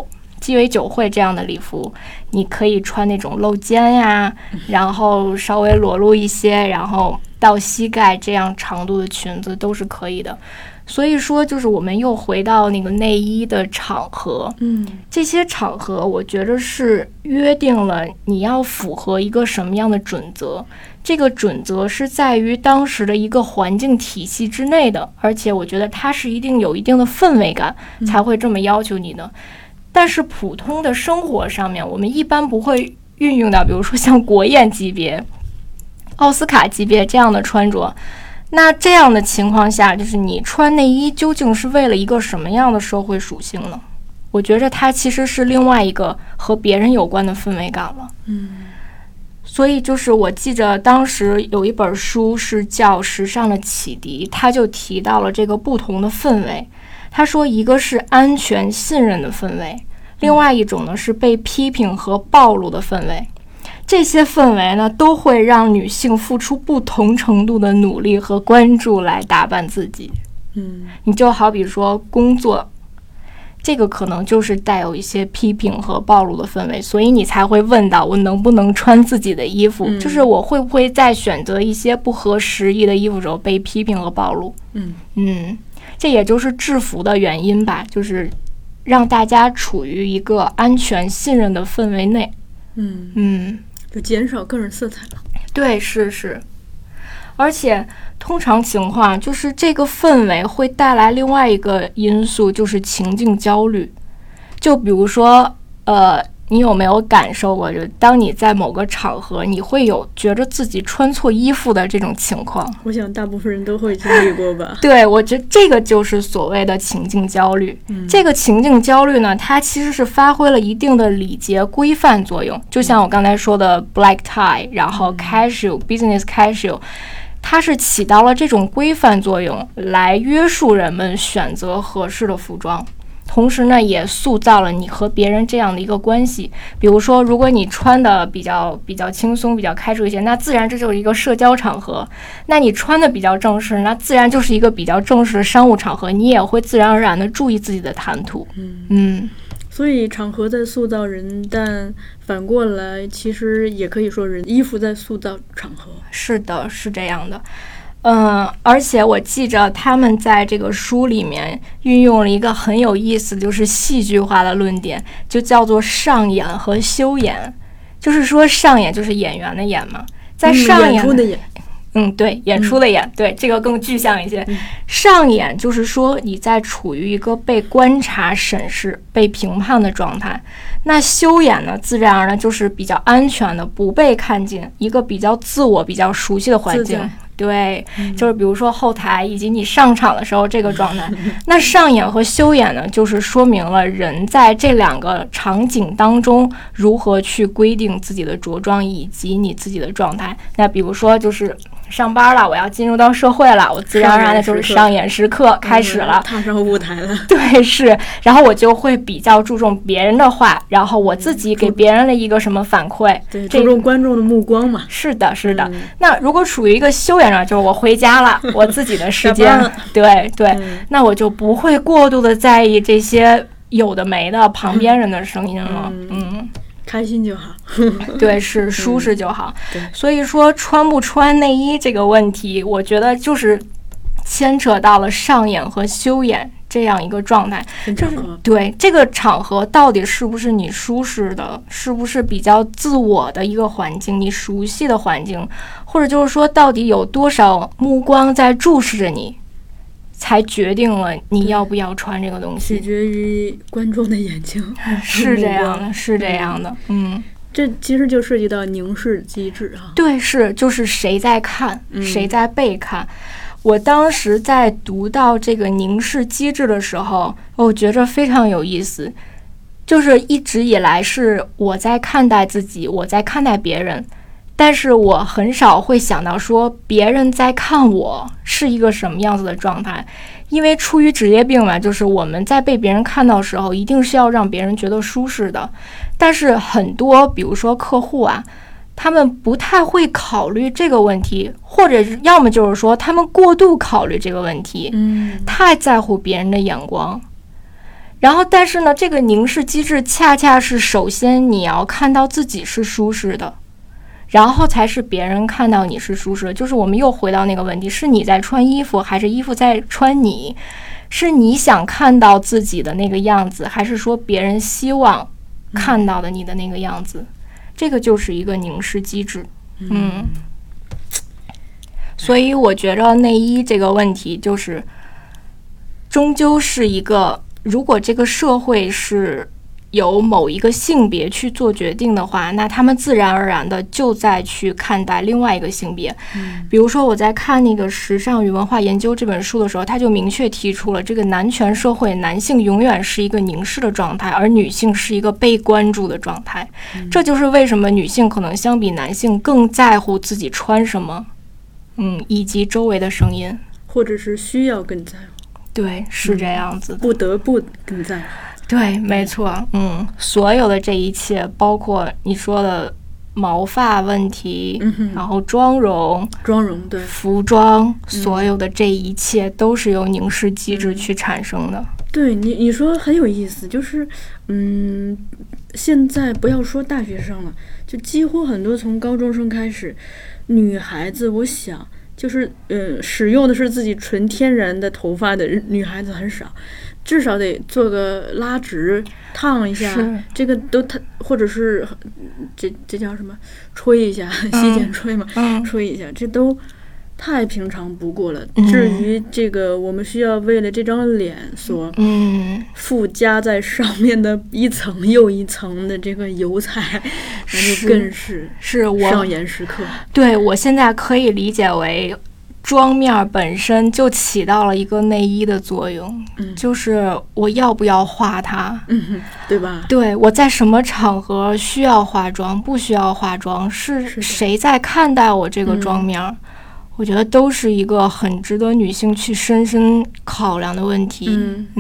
A: 鸡尾酒会这样的礼服，你可以穿那种露肩呀，然后稍微裸露一些，然后到膝盖这样长度的裙子都是可以的。所以说就是我们又回到那个内衣的场合，这些场合我觉得是约定了你要符合一个什么样的准则，这个准则是在于当时的一个环境体系之内的，而且我觉得它是有一定的氛围感才会这么要求你的。但是普通的生活上面我们一般不会运用到比如说像国宴级别、奥斯卡级别这样的穿着。那这样的情况下，就是你穿内衣究竟是为了一个什么样的社会属性呢？我觉着它其实是另外一个和别人有关的氛围感了。所以就是我记着当时有一本书是叫《时尚的启迪》，它就提到了这个不同的氛围。他说一个是安全信任的氛围，另外一种呢是被批评和暴露的氛围。这些氛围呢，都会让女性付出不同程度的努力和关注来打扮自己。你就好比说工作，这个可能就是带有一些批评和暴露的氛围，所以你才会问到我能不能穿自己的衣服，就是我会不会在选择一些不合时宜的衣服时候被批评和暴露。这也就是制服的原因吧，就是让大家处于一个安全信任的氛围内。
B: 就减少个人色彩了。
A: 对，是。而且通常情况就是这个氛围会带来另外一个因素，就是情境焦虑。就比如说你有没有感受过，就当你在某个场合你会有觉得自己穿错衣服的这种情况？
B: 我想大部分人都会经历过吧。
A: 对，我觉得这个就是所谓的情境焦虑。这个情境焦虑呢，它其实是发挥了一定的礼节规范作用，就像我刚才说的 black tie， 然后 casual business casual， 它是起到了这种规范作用，来约束人们选择合适的服装。同时呢，也塑造了你和别人这样的一个关系。比如说，如果你穿的比较轻松、比较开出一些，那自然这就是一个社交场合；那你穿的比较正式，那自然就是一个比较正式的商务场合，你也会自然而然的注意自己的谈吐。
B: 所以场合在塑造人，但反过来其实也可以说衣服在塑造场合。
A: 是的，是这样的。而且我记着他们在这个书里面运用了一个很有意思，就是戏剧化的论点，就叫做上演和修演。就是说上演就是演员的演嘛，在上演
B: 演出的演，
A: 对，演出的演，对，这个更具象一些。上演就是说你在处于一个被观察、审视、被评判的状态。那修演呢，自然而然就是比较安全的，不被看见，一个比较自我、比较熟悉的环境。对，就是比如说后台以及你上场的时候这个状态。那上演和修演呢，就是说明了人在这两个场景当中如何去规定自己的着装以及你自己的状态。那比如说就是上班了，我要进入到社会了，我自然而然的就是上演时刻开始了，
B: 踏上舞台了。
A: 对，是。然后我就会比较注重别人的话，然后我自己给别人的一个什么反馈，
B: 对，注重观众的目光嘛。
A: 是的。那如果处于一个修演上，就是我回家了，我自己的时间，对，那我就不会过度的在意这些有的没的旁边人的声音了。
B: 开心就好。
A: 对，是舒适就好。所以说穿不穿内衣这个问题，我觉得就是牵扯到了上演和修演这样一个状态，就是对这个场合到底是不是你舒适的，是不是比较自我的一个环境，你熟悉的环境，或者就是说到底有多少目光在注视着你，才决定了你要不要穿这个东西，
B: 取决于观众的眼睛。
A: 是这样的。
B: 这其实就涉及到凝视机制啊。
A: 对，就是谁在看，谁在被看。我当时在读到这个凝视机制的时候，我觉着非常有意思。就是一直以来是我在看待自己，我在看待别人，但是我很少会想到说别人在看我是一个什么样子的状态。因为出于职业病嘛，就是我们在被别人看到的时候，一定是要让别人觉得舒适的。但是很多比如说客户啊，他们不太会考虑这个问题，或者要么就是说他们过度考虑这个问题，太在乎别人的眼光。 然后但是呢，这个凝视机制恰恰是首先你要看到自己是舒适的，然后才是别人看到你是舒适的。就是我们又回到那个问题，是你在穿衣服还是衣服在穿你？是你想看到自己的那个样子，还是说别人希望看到的你的那个样子？这个就是一个凝视机制。所以我觉着内衣这个问题就是终究是一个，如果这个社会是由某一个性别去做决定的话，那他们自然而然的就在去看待另外一个性别。比如说我在看那个《时尚与文化研究》这本书的时候，他就明确提出了这个男权社会，男性永远是一个凝视的状态，而女性是一个被关注的状态。这就是为什么女性可能相比男性更在乎自己穿什么，以及周围的声音，
B: 或者是需要更在乎。
A: 对，是这样子的，
B: 不得不更在乎。
A: 对，没错，所有的这一切，包括你说的毛发问题，然后妆容，
B: 对，
A: 服装，所有的这一切都是由凝视机制去产生的。
B: 对，你说很有意思，就是现在不要说大学生了，就几乎很多从高中生开始，女孩子，我想就是使用的是自己纯天然的头发的女孩子很少。至少得做个拉直烫一下，这个都或者是这叫什么吹一下，洗剪吹嘛，吹一下，这都太平常不过了。至于这个我们需要为了这张脸所附加在上面的一层又一层的这个油彩，那就更是上演时刻。
A: 对，我现在可以理解为妆面本身就起到了一个内衣的作用，就是我要不要化它，
B: 对吧？
A: 对，我在什么场合需要化妆，不需要化妆，是谁在看待我这个妆面，我觉得都是一个很值得女性去深深考量的问题。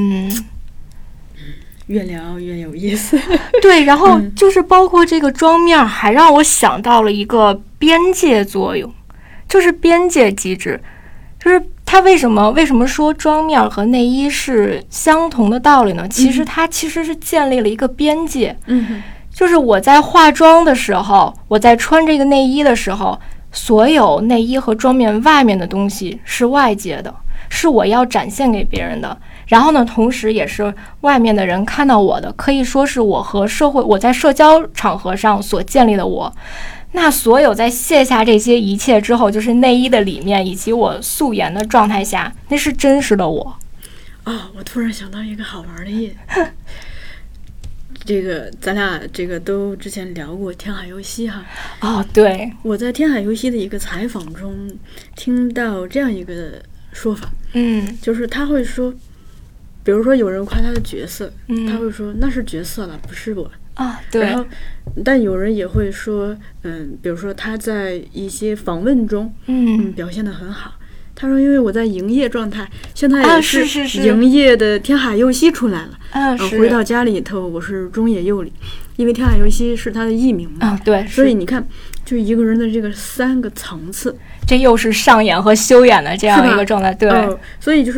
B: 越聊越有意思。
A: 对，然后就是包括这个妆面还让我想到了一个边界作用，就是边界机制，就是它为什么说妆面和内衣是相同的道理呢？其实它其实是建立了一个边界。就是我在化妆的时候，我在穿这个内衣的时候，所有内衣和妆面外面的东西是外界的，是我要展现给别人的。然后呢，同时也是外面的人看到我的，可以说是我在社交场合上所建立的我。那所有在卸下这些一切之后，就是内衣的里面以及我素颜的状态下，那是真实的我。
B: 我突然想到一个好玩的夜。这个咱俩这个都之前聊过天海佑希哈。
A: 对，
B: 我在天海佑希的一个采访中听到这样一个说法，就是他会说，比如说有人夸他的角色，他会说那是角色了，不是我。
A: 对。
B: 然后，但有人也会说，比如说他在一些访问中，表现得很好。他说，因为我在营业状态，现在也是营业的天海佑希出来了。回到家里头，我是中野佑里，因为天海佑希是他的艺名嘛。
A: 对。
B: 所以你看，就一个人的这个3个层次，
A: 这又是上演和修演的这样一个状态。对。
B: 所以就是，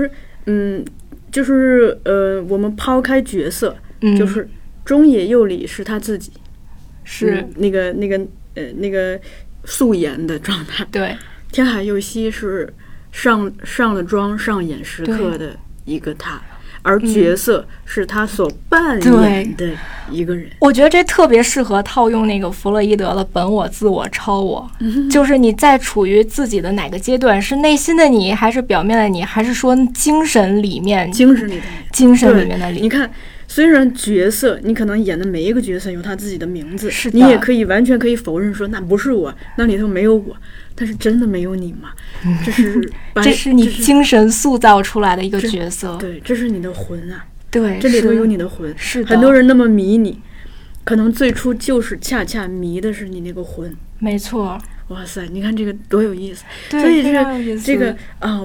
B: 我们抛开角色，就是中野佑里是他自己，是那个素颜的状态。
A: 对。
B: 天海佑希是上了妆上演时刻的一个他，而角色是他所扮演的一个人。
A: 我觉得这特别适合套用那个弗洛伊德的本我、自我、超我，就是你在处于自己的哪个阶段，是内心的你，还是表面的你，还是说精神里面的你？
B: 你看，虽然角色你可能演的每一个角色有他自己的名字，
A: 是的，
B: 你也可以完全可以否认说那不是我，那里头没有我。但是真的没有你吗？
A: 这是你精神塑造出来的一个角色。
B: 对，这是你的魂啊。
A: 对，
B: 这里头有你的魂。
A: 是的。
B: 很多人那么迷你，可能最初就是恰恰迷的是你那个魂。
A: 没错。
B: 哇塞，你看这个多有意思！
A: 对，
B: 所以这个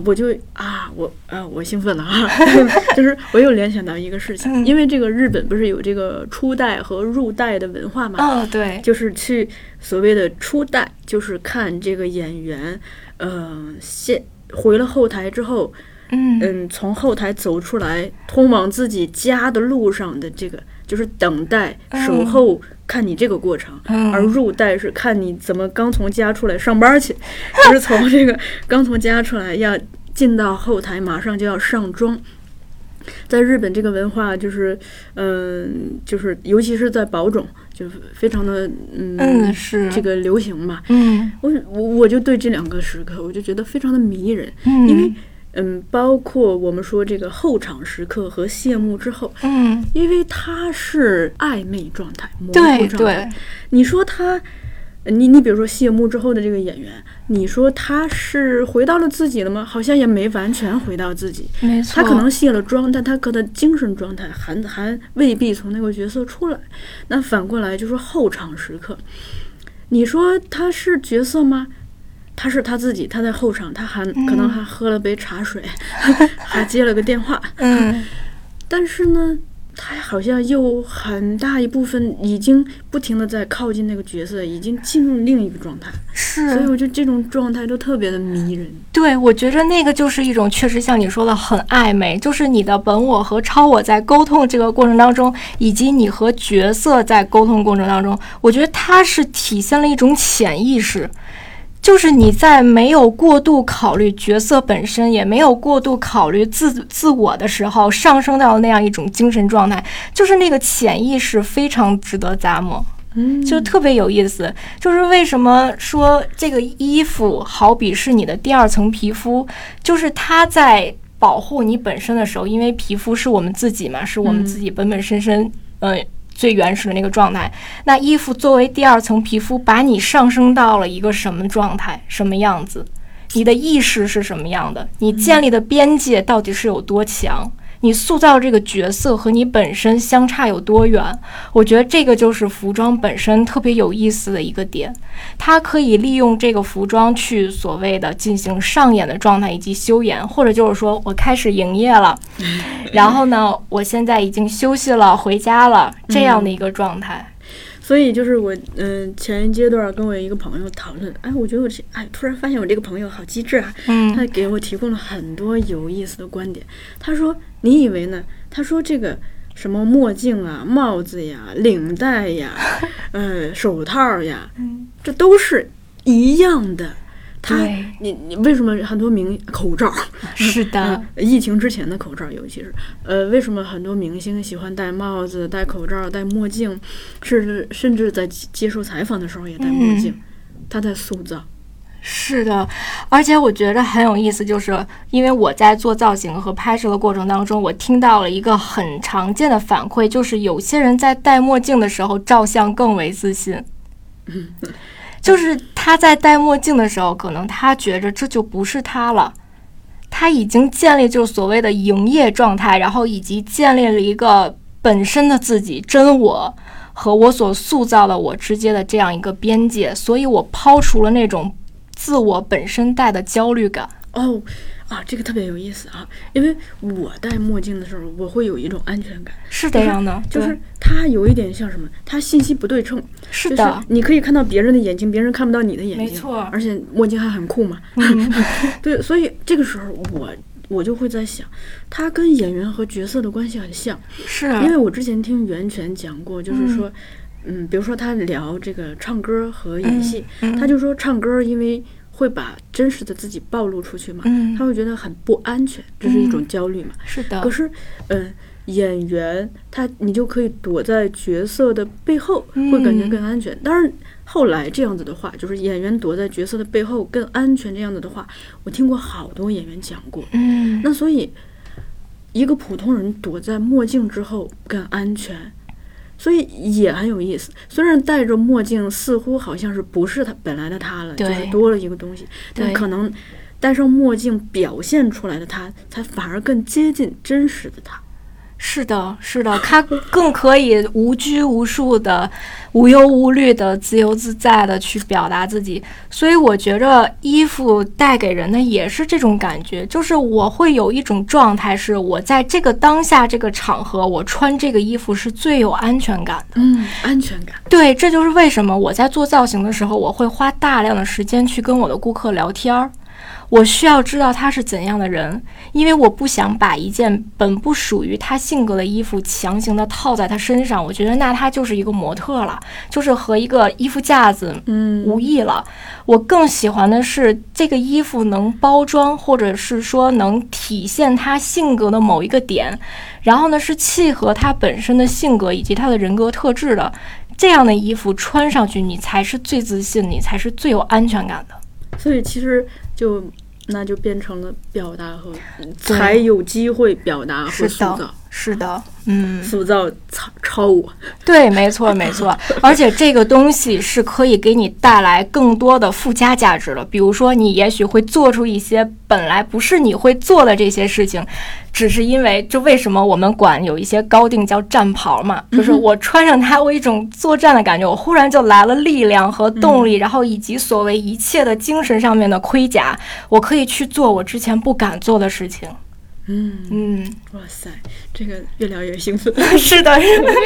B: 我兴奋了啊！就是我又联想到一个事情，因为这个日本不是有这个初代和入代的文化嘛？
A: 对，
B: 就是去所谓的初代，就是看这个演员，回了后台之后， 从后台走出来，通往自己家的路上的这个，就是等待、守候，看你这个过程；而入袋是看你怎么刚从家出来上班去，就是从这个刚从家出来要进到后台，马上就要上妆。在日本这个文化就是就是尤其是在宝冢就非常的
A: 是
B: 这个流行嘛。我就对这两个时刻我就觉得非常的迷人。因为包括我们说这个后场时刻和谢幕之后，因为它是暧昧状态、模糊状态。你说他你比如说谢幕之后的这个演员，你说他是回到了自己了吗？好像也没完全回到自己，
A: 没错，
B: 他可能卸了妆，但他可能精神状态还未必从那个角色出来。那反过来就是后场时刻，你说他是角色吗？他是他自己，他在后场，他可能还喝了杯茶水，还接了个电话，但是呢他好像又很大一部分已经不停的在靠近那个角色，已经进入另一个状态。
A: 是，
B: 所以我觉得这种状态都特别的迷人。
A: 对，我觉得那个就是一种确实像你说的很暧昧，就是你的本我和超我在沟通这个过程当中，以及你和角色在沟通过程当中，我觉得它是体现了一种潜意识。就是你在没有过度考虑角色本身，也没有过度考虑自我的时候，上升到那样一种精神状态，就是那个潜意识非常值得咂摸。就特别有意思。就是为什么说这个衣服好比是你的第二层皮肤，就是它在保护你本身的时候，因为皮肤是我们自己嘛，是我们自己本身最原始的那个状态，那衣服作为第二层皮肤，把你上升到了一个什么状态，什么样子，你的意识是什么样的，你建立的边界到底是有多强，你塑造这个角色和你本身相差有多远。我觉得这个就是服装本身特别有意思的一个点，它可以利用这个服装去所谓的进行上演的状态以及休演，或者就是说我开始营业了，然后呢我现在已经休息了回家了，这样的一个状态。
B: 所以就是我前一阶段跟我一个朋友讨论，我觉得突然发现我这个朋友好机智啊，他给我提供了很多有意思的观点。他说你以为呢？他说这个什么墨镜啊、帽子呀、领带呀、手套呀，这都是一样的。你为什么很多口罩
A: 是的，
B: 疫情之前的口罩尤其是为什么很多明星喜欢戴帽子、戴口罩、戴墨镜，甚至在接受采访的时候也戴墨镜，他在塑造。
A: 是的，而且我觉得很有意思，就是因为我在做造型和拍摄的过程当中，我听到了一个很常见的反馈，就是有些人在戴墨镜的时候照相更为自信。就是他在戴墨镜的时候，可能他觉着这就不是他了，他已经建立就是所谓的营业状态，然后以及建立了一个本身的自己真我和我所塑造的我之间的这样一个边界，所以我抛除了那种自我本身带的焦虑感。
B: 这个特别有意思啊！因为我戴墨镜的时候，我会有一种安全感，
A: 是这样的，
B: 就是它有一点像什么？它信息不对称，
A: 是的，
B: 就是你可以看到别人的眼睛，别人看不到你的眼睛，
A: 没错，
B: 而且墨镜还很酷嘛。对，所以这个时候我就会在想，它跟演员和角色的关系很像，
A: 是
B: 因为我之前听袁泉讲过，就是说，比如说他聊这个唱歌和演戏，他就说唱歌因为会把真实的自己暴露出去嘛，他会觉得很不安全，这是一种焦虑嘛。
A: 是的。
B: 可是，演员你就可以躲在角色的背后，会感觉更安全。当然，后来这样子的话，就是演员躲在角色的背后更安全这样子的话，我听过好多演员讲过。那所以，一个普通人躲在墨镜之后更安全。所以也很有意思，虽然戴着墨镜似乎好像是不是他本来的他了，就是多了一个东西，但可能戴上墨镜表现出来的他才反而更接近真实的他。
A: 是的，是的，他更可以无拘无束的、无忧无虑的、自由自在的去表达自己。所以我觉着衣服带给人的也是这种感觉，就是我会有一种状态，是我在这个当下这个场合，我穿这个衣服是最有安全感的。
B: 安全感。
A: 对，这就是为什么我在做造型的时候，我会花大量的时间去跟我的顾客聊天儿。 我需要知道他是怎样的人，因为我不想把一件本不属于他性格的衣服强行的套在他身上，我觉得那他就是一个模特了，就是和一个衣服架子无异了。我更喜欢的是这个衣服能包装，或者是说能体现他性格的某一个点，然后呢是契合他本身的性格以及他的人格特质的，这样的衣服穿上去你才是最自信，你才是最有安全感的。
B: 所以其实那就变成了表达和才有机会表达和塑造。
A: 是的，
B: 塑造超我。
A: 对，没错没错。而且这个东西是可以给你带来更多的附加价值的，比如说你也许会做出一些本来不是你会做的这些事情，只是因为就为什么我们管有一些高定叫战袍嘛，就是我穿上它，我一种作战的感觉，我忽然就来了力量和动力，然后以及所谓一切的精神上面的盔甲，我可以去做我之前不敢做的事情。
B: 哇塞，这个越聊越兴奋。
A: 是的，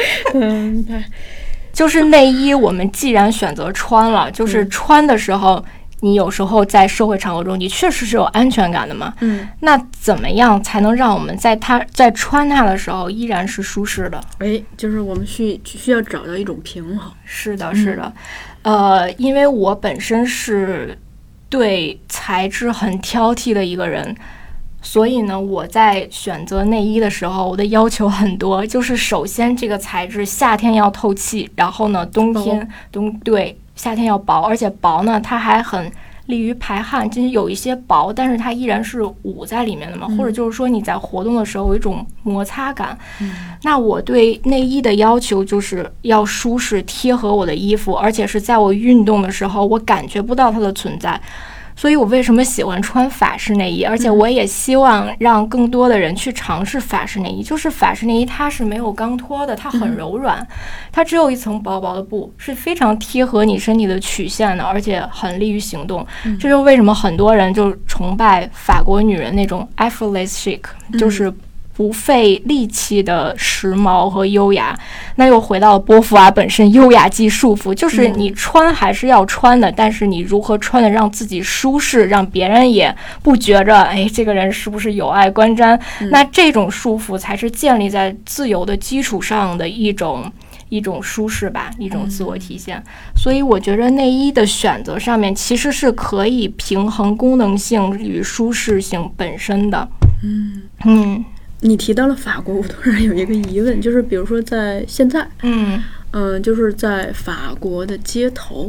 A: 就是内衣，我们既然选择穿了，就是穿的时候，你有时候在社会场合中，你确实是有安全感的嘛。那怎么样才能让我们在穿它的时候依然是舒适的？
B: 就是我们需要找到一种平衡。
A: 是的，是的。因为我本身是对材质很挑剔的一个人。所以呢，我在选择内衣的时候，我的要求很多，就是首先这个材质夏天要透气，然后呢夏天要薄，而且薄呢它还很利于排汗，就是有一些薄，但是它依然是捂在里面的嘛，或者就是说你在活动的时候有一种摩擦感。那我对内衣的要求就是要舒适，贴合我的衣服，而且是在我运动的时候我感觉不到它的存在。所以我为什么喜欢穿法式内衣，而且我也希望让更多的人去尝试法式内衣。就是法式内衣它是没有钢托的，它很柔软，它只有一层薄薄的布，是非常贴合你身体的曲线的，而且很利于行动。这就是为什么很多人就崇拜法国女人那种 effortless chic， 就是不费力气的时髦和优雅。那又回到了波伏娃本身，优雅即束缚，就是你穿还是要穿的，但是你如何穿的让自己舒适，让别人也不觉着这个人是不是有碍观瞻。那这种束缚才是建立在自由的基础上的一种舒适吧，一种自我体现。所以我觉得内衣的选择上面其实是可以平衡功能性与舒适性本身的。
B: 你提到了法国，我突然有一个疑问，就是比如说在现在，就是在法国的街头，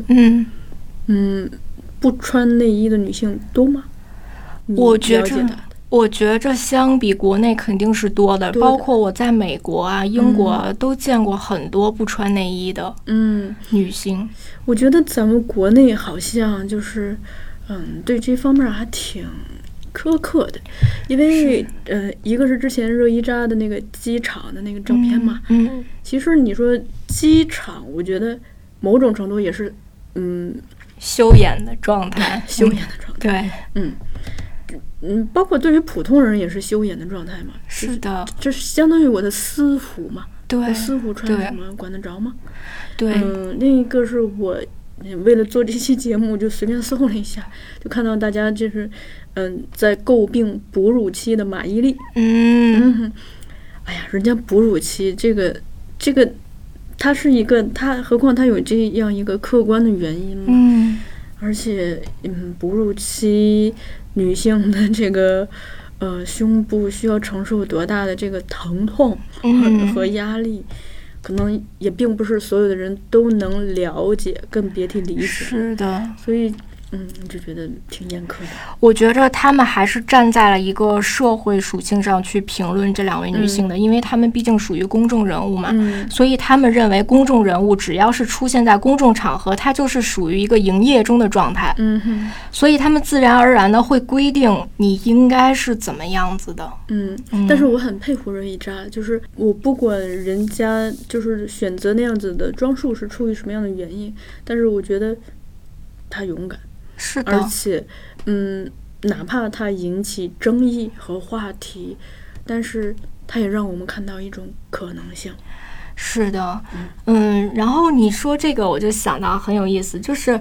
B: 不穿内衣的女性多吗？
A: 我觉着相比国内肯定是多的，包括我在美国啊、英国都见过很多不穿内衣的女性。
B: 我觉得咱们国内好像就是对这方面还挺苛刻的，因为一个是之前热依扎的那个机场的那个照片嘛，其实你说机场，我觉得某种程度也是
A: 休闲的状态，
B: 对，包括对于普通人也是休闲的状态嘛。
A: 是的，
B: 这是相当于我的私服嘛。
A: 对，
B: 我私服穿什么管得着吗？
A: 对，
B: 另一个是我为了做这期节目就随便搜了一下，就看到大家就是在诟病哺乳期的马伊琍。哎呀，人家哺乳期这个它是一个，何况它有这样一个客观的原因嘛。而且哺乳期女性的这个胸部需要承受多大的这个疼痛和压力，可能也并不是所有的人都能了解，更别提理解。
A: 是的，
B: 所以就觉得挺严苛的。
A: 我觉着他们还是站在了一个社会属性上去评论这两位女性的，因为他们毕竟属于公众人物嘛，所以他们认为公众人物只要是出现在公众场合，它就是属于一个营业中的状态。所以他们自然而然的会规定你应该是怎么样子的。
B: 但是我很佩服热依扎，就是我不管人家就是选择那样子的装束是出于什么样的原因，但是我觉得她勇敢。
A: 是的，
B: 而且哪怕它引起争议和话题，但是它也让我们看到一种可能性。
A: 是的，然后你说这个我就想到很有意思，就是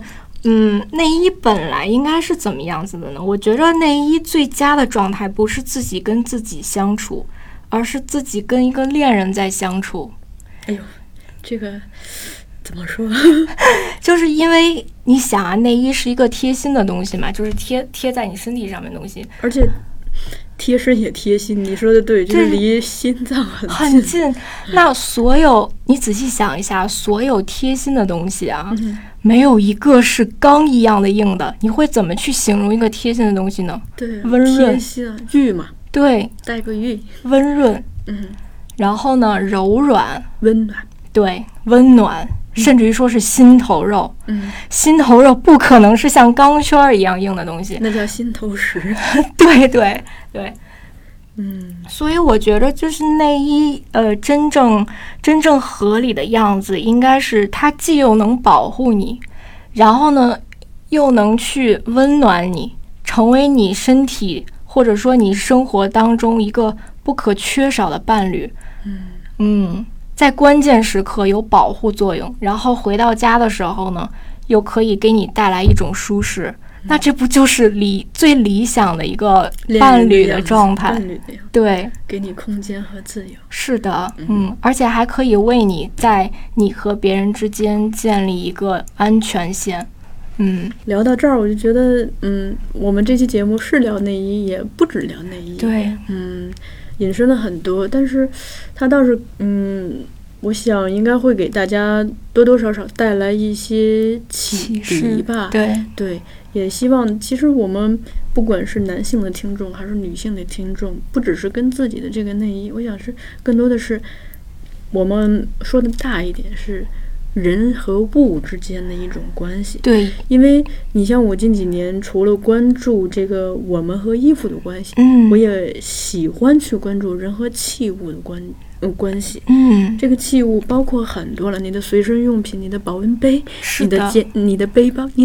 A: 内衣本来应该是怎么样子的呢？我觉得内衣最佳的状态不是自己跟自己相处，而是自己跟一个恋人在相处。
B: 哎呦，这个怎么说？
A: 就是因为你想啊，内衣是一个贴心的东西嘛，就是贴在你身体上面的东西，
B: 而且贴身也贴心。你说的对，就是离心脏很近。
A: 那你仔细想一下，所有贴心的东西啊，没有一个是钢一样的硬的。你会怎么去形容一个贴心的东西呢？
B: 对，
A: 温润，
B: 贴心玉嘛，
A: 对，
B: 带个玉，
A: 温润，然后呢，柔软，
B: 温暖，
A: 对，温暖。甚至于说是心头肉，心头肉不可能是像钢圈一样硬的东西，
B: 那叫心头石。
A: 对对对，所以我觉得就是内衣，真正合理的样子，应该是它既又能保护你，然后呢，又能去温暖你，成为你身体或者说你生活当中一个不可缺少的伴侣。在关键时刻有保护作用，然后回到家的时候呢，又可以给你带来一种舒适。那这不就是最理想的一个伴侣的状态？
B: 伴侣的样子，
A: 对，
B: 给你空间和自由。
A: 是的，而且还可以为你在你和别人之间建立一个安全线。
B: 聊到这儿，我就觉得，我们这期节目是聊内衣，也不止聊内衣。
A: 对，
B: 引申了很多，但是它倒是，我想应该会给大家多多少少带来一些启迪吧。对，也希望其实我们不管是男性的听众还是女性的听众，不只是跟自己的这个内衣，我想是更多的是我们说的大一点是人和物之间的一种关系。
A: 对，
B: 因为你像我近几年除了关注这个我们和衣服的关系，我也喜欢去关注人和器物的关系。这个器物包括很多了，你的随身用品，你的保温杯，你的背包，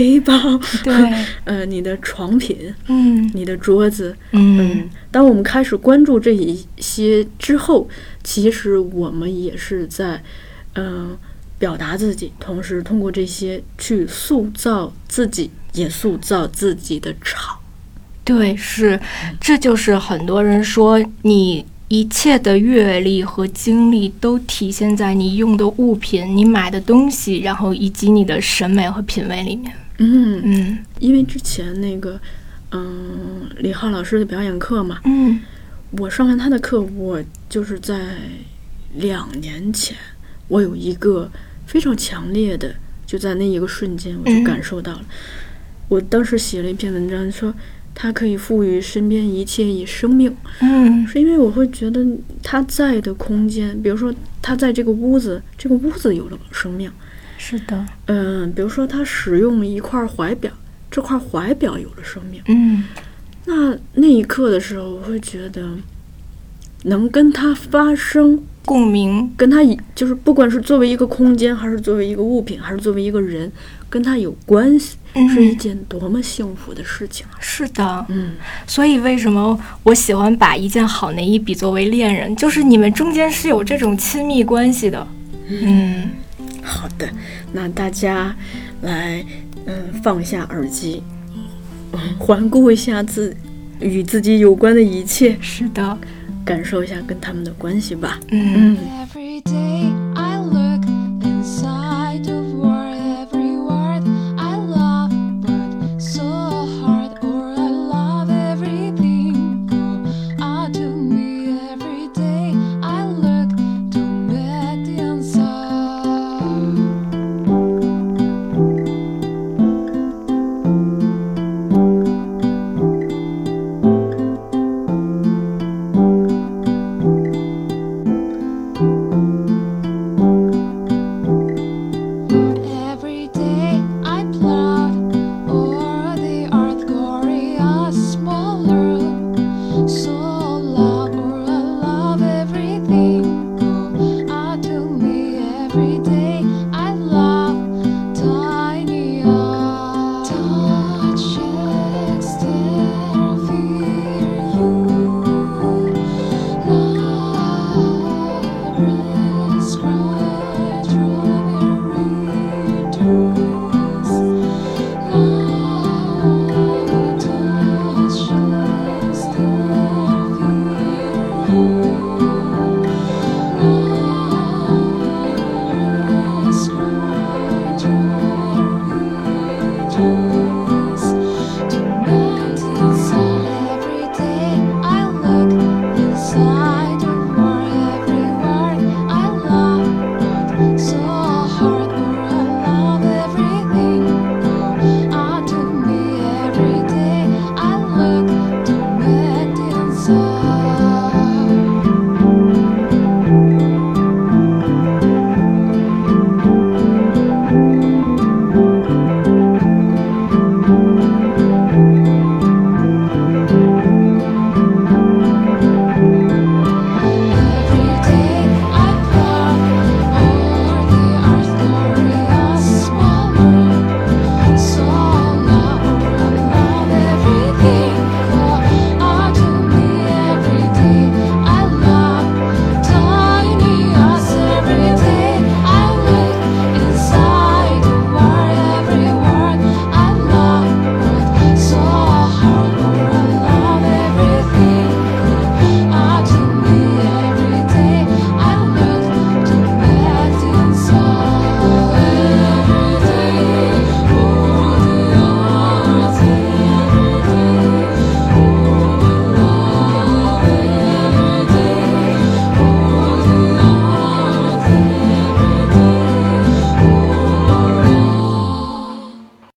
B: 对，你的床品，你的桌子，当我们开始关注这一些之后，其实我们也是在表达自己，同时通过这些去塑造自己，也塑造自己的场。
A: 对，这就是很多人说你一切的阅历和经历都体现在你用的物品、你买的东西，然后以及你的审美和品味里面。
B: 因为之前那个李浩老师的表演课嘛，我上完他的课，我就是在2年前，我有一个非常强烈的，就在那一个瞬间我就感受到了。我当时写了一篇文章说它可以赋予身边一切以生命，是因为我会觉得它在的空间，比如说它在这个屋子有了生命。
A: 是的，
B: 比如说他使用一块怀表，这块怀表有了生命。那一刻的时候，我会觉得能跟他发生
A: 共鸣，
B: 跟他就是不管是作为一个空间，还是作为一个物品，还是作为一个人，跟他有关系，是一件多么幸福的事情。
A: 是的，所以为什么我喜欢把一件好内衣比作为恋人，就是你们中间是有这种亲密关系的。
B: 好的，那大家来放下耳机，环顾一下与自己有关的一切。
A: 是的，
B: 感受一下跟他们的关系吧。
D: Every day I look inside of word, every word I love, but so hard, or I love everything you are to me. Every day I look to make the answer. you.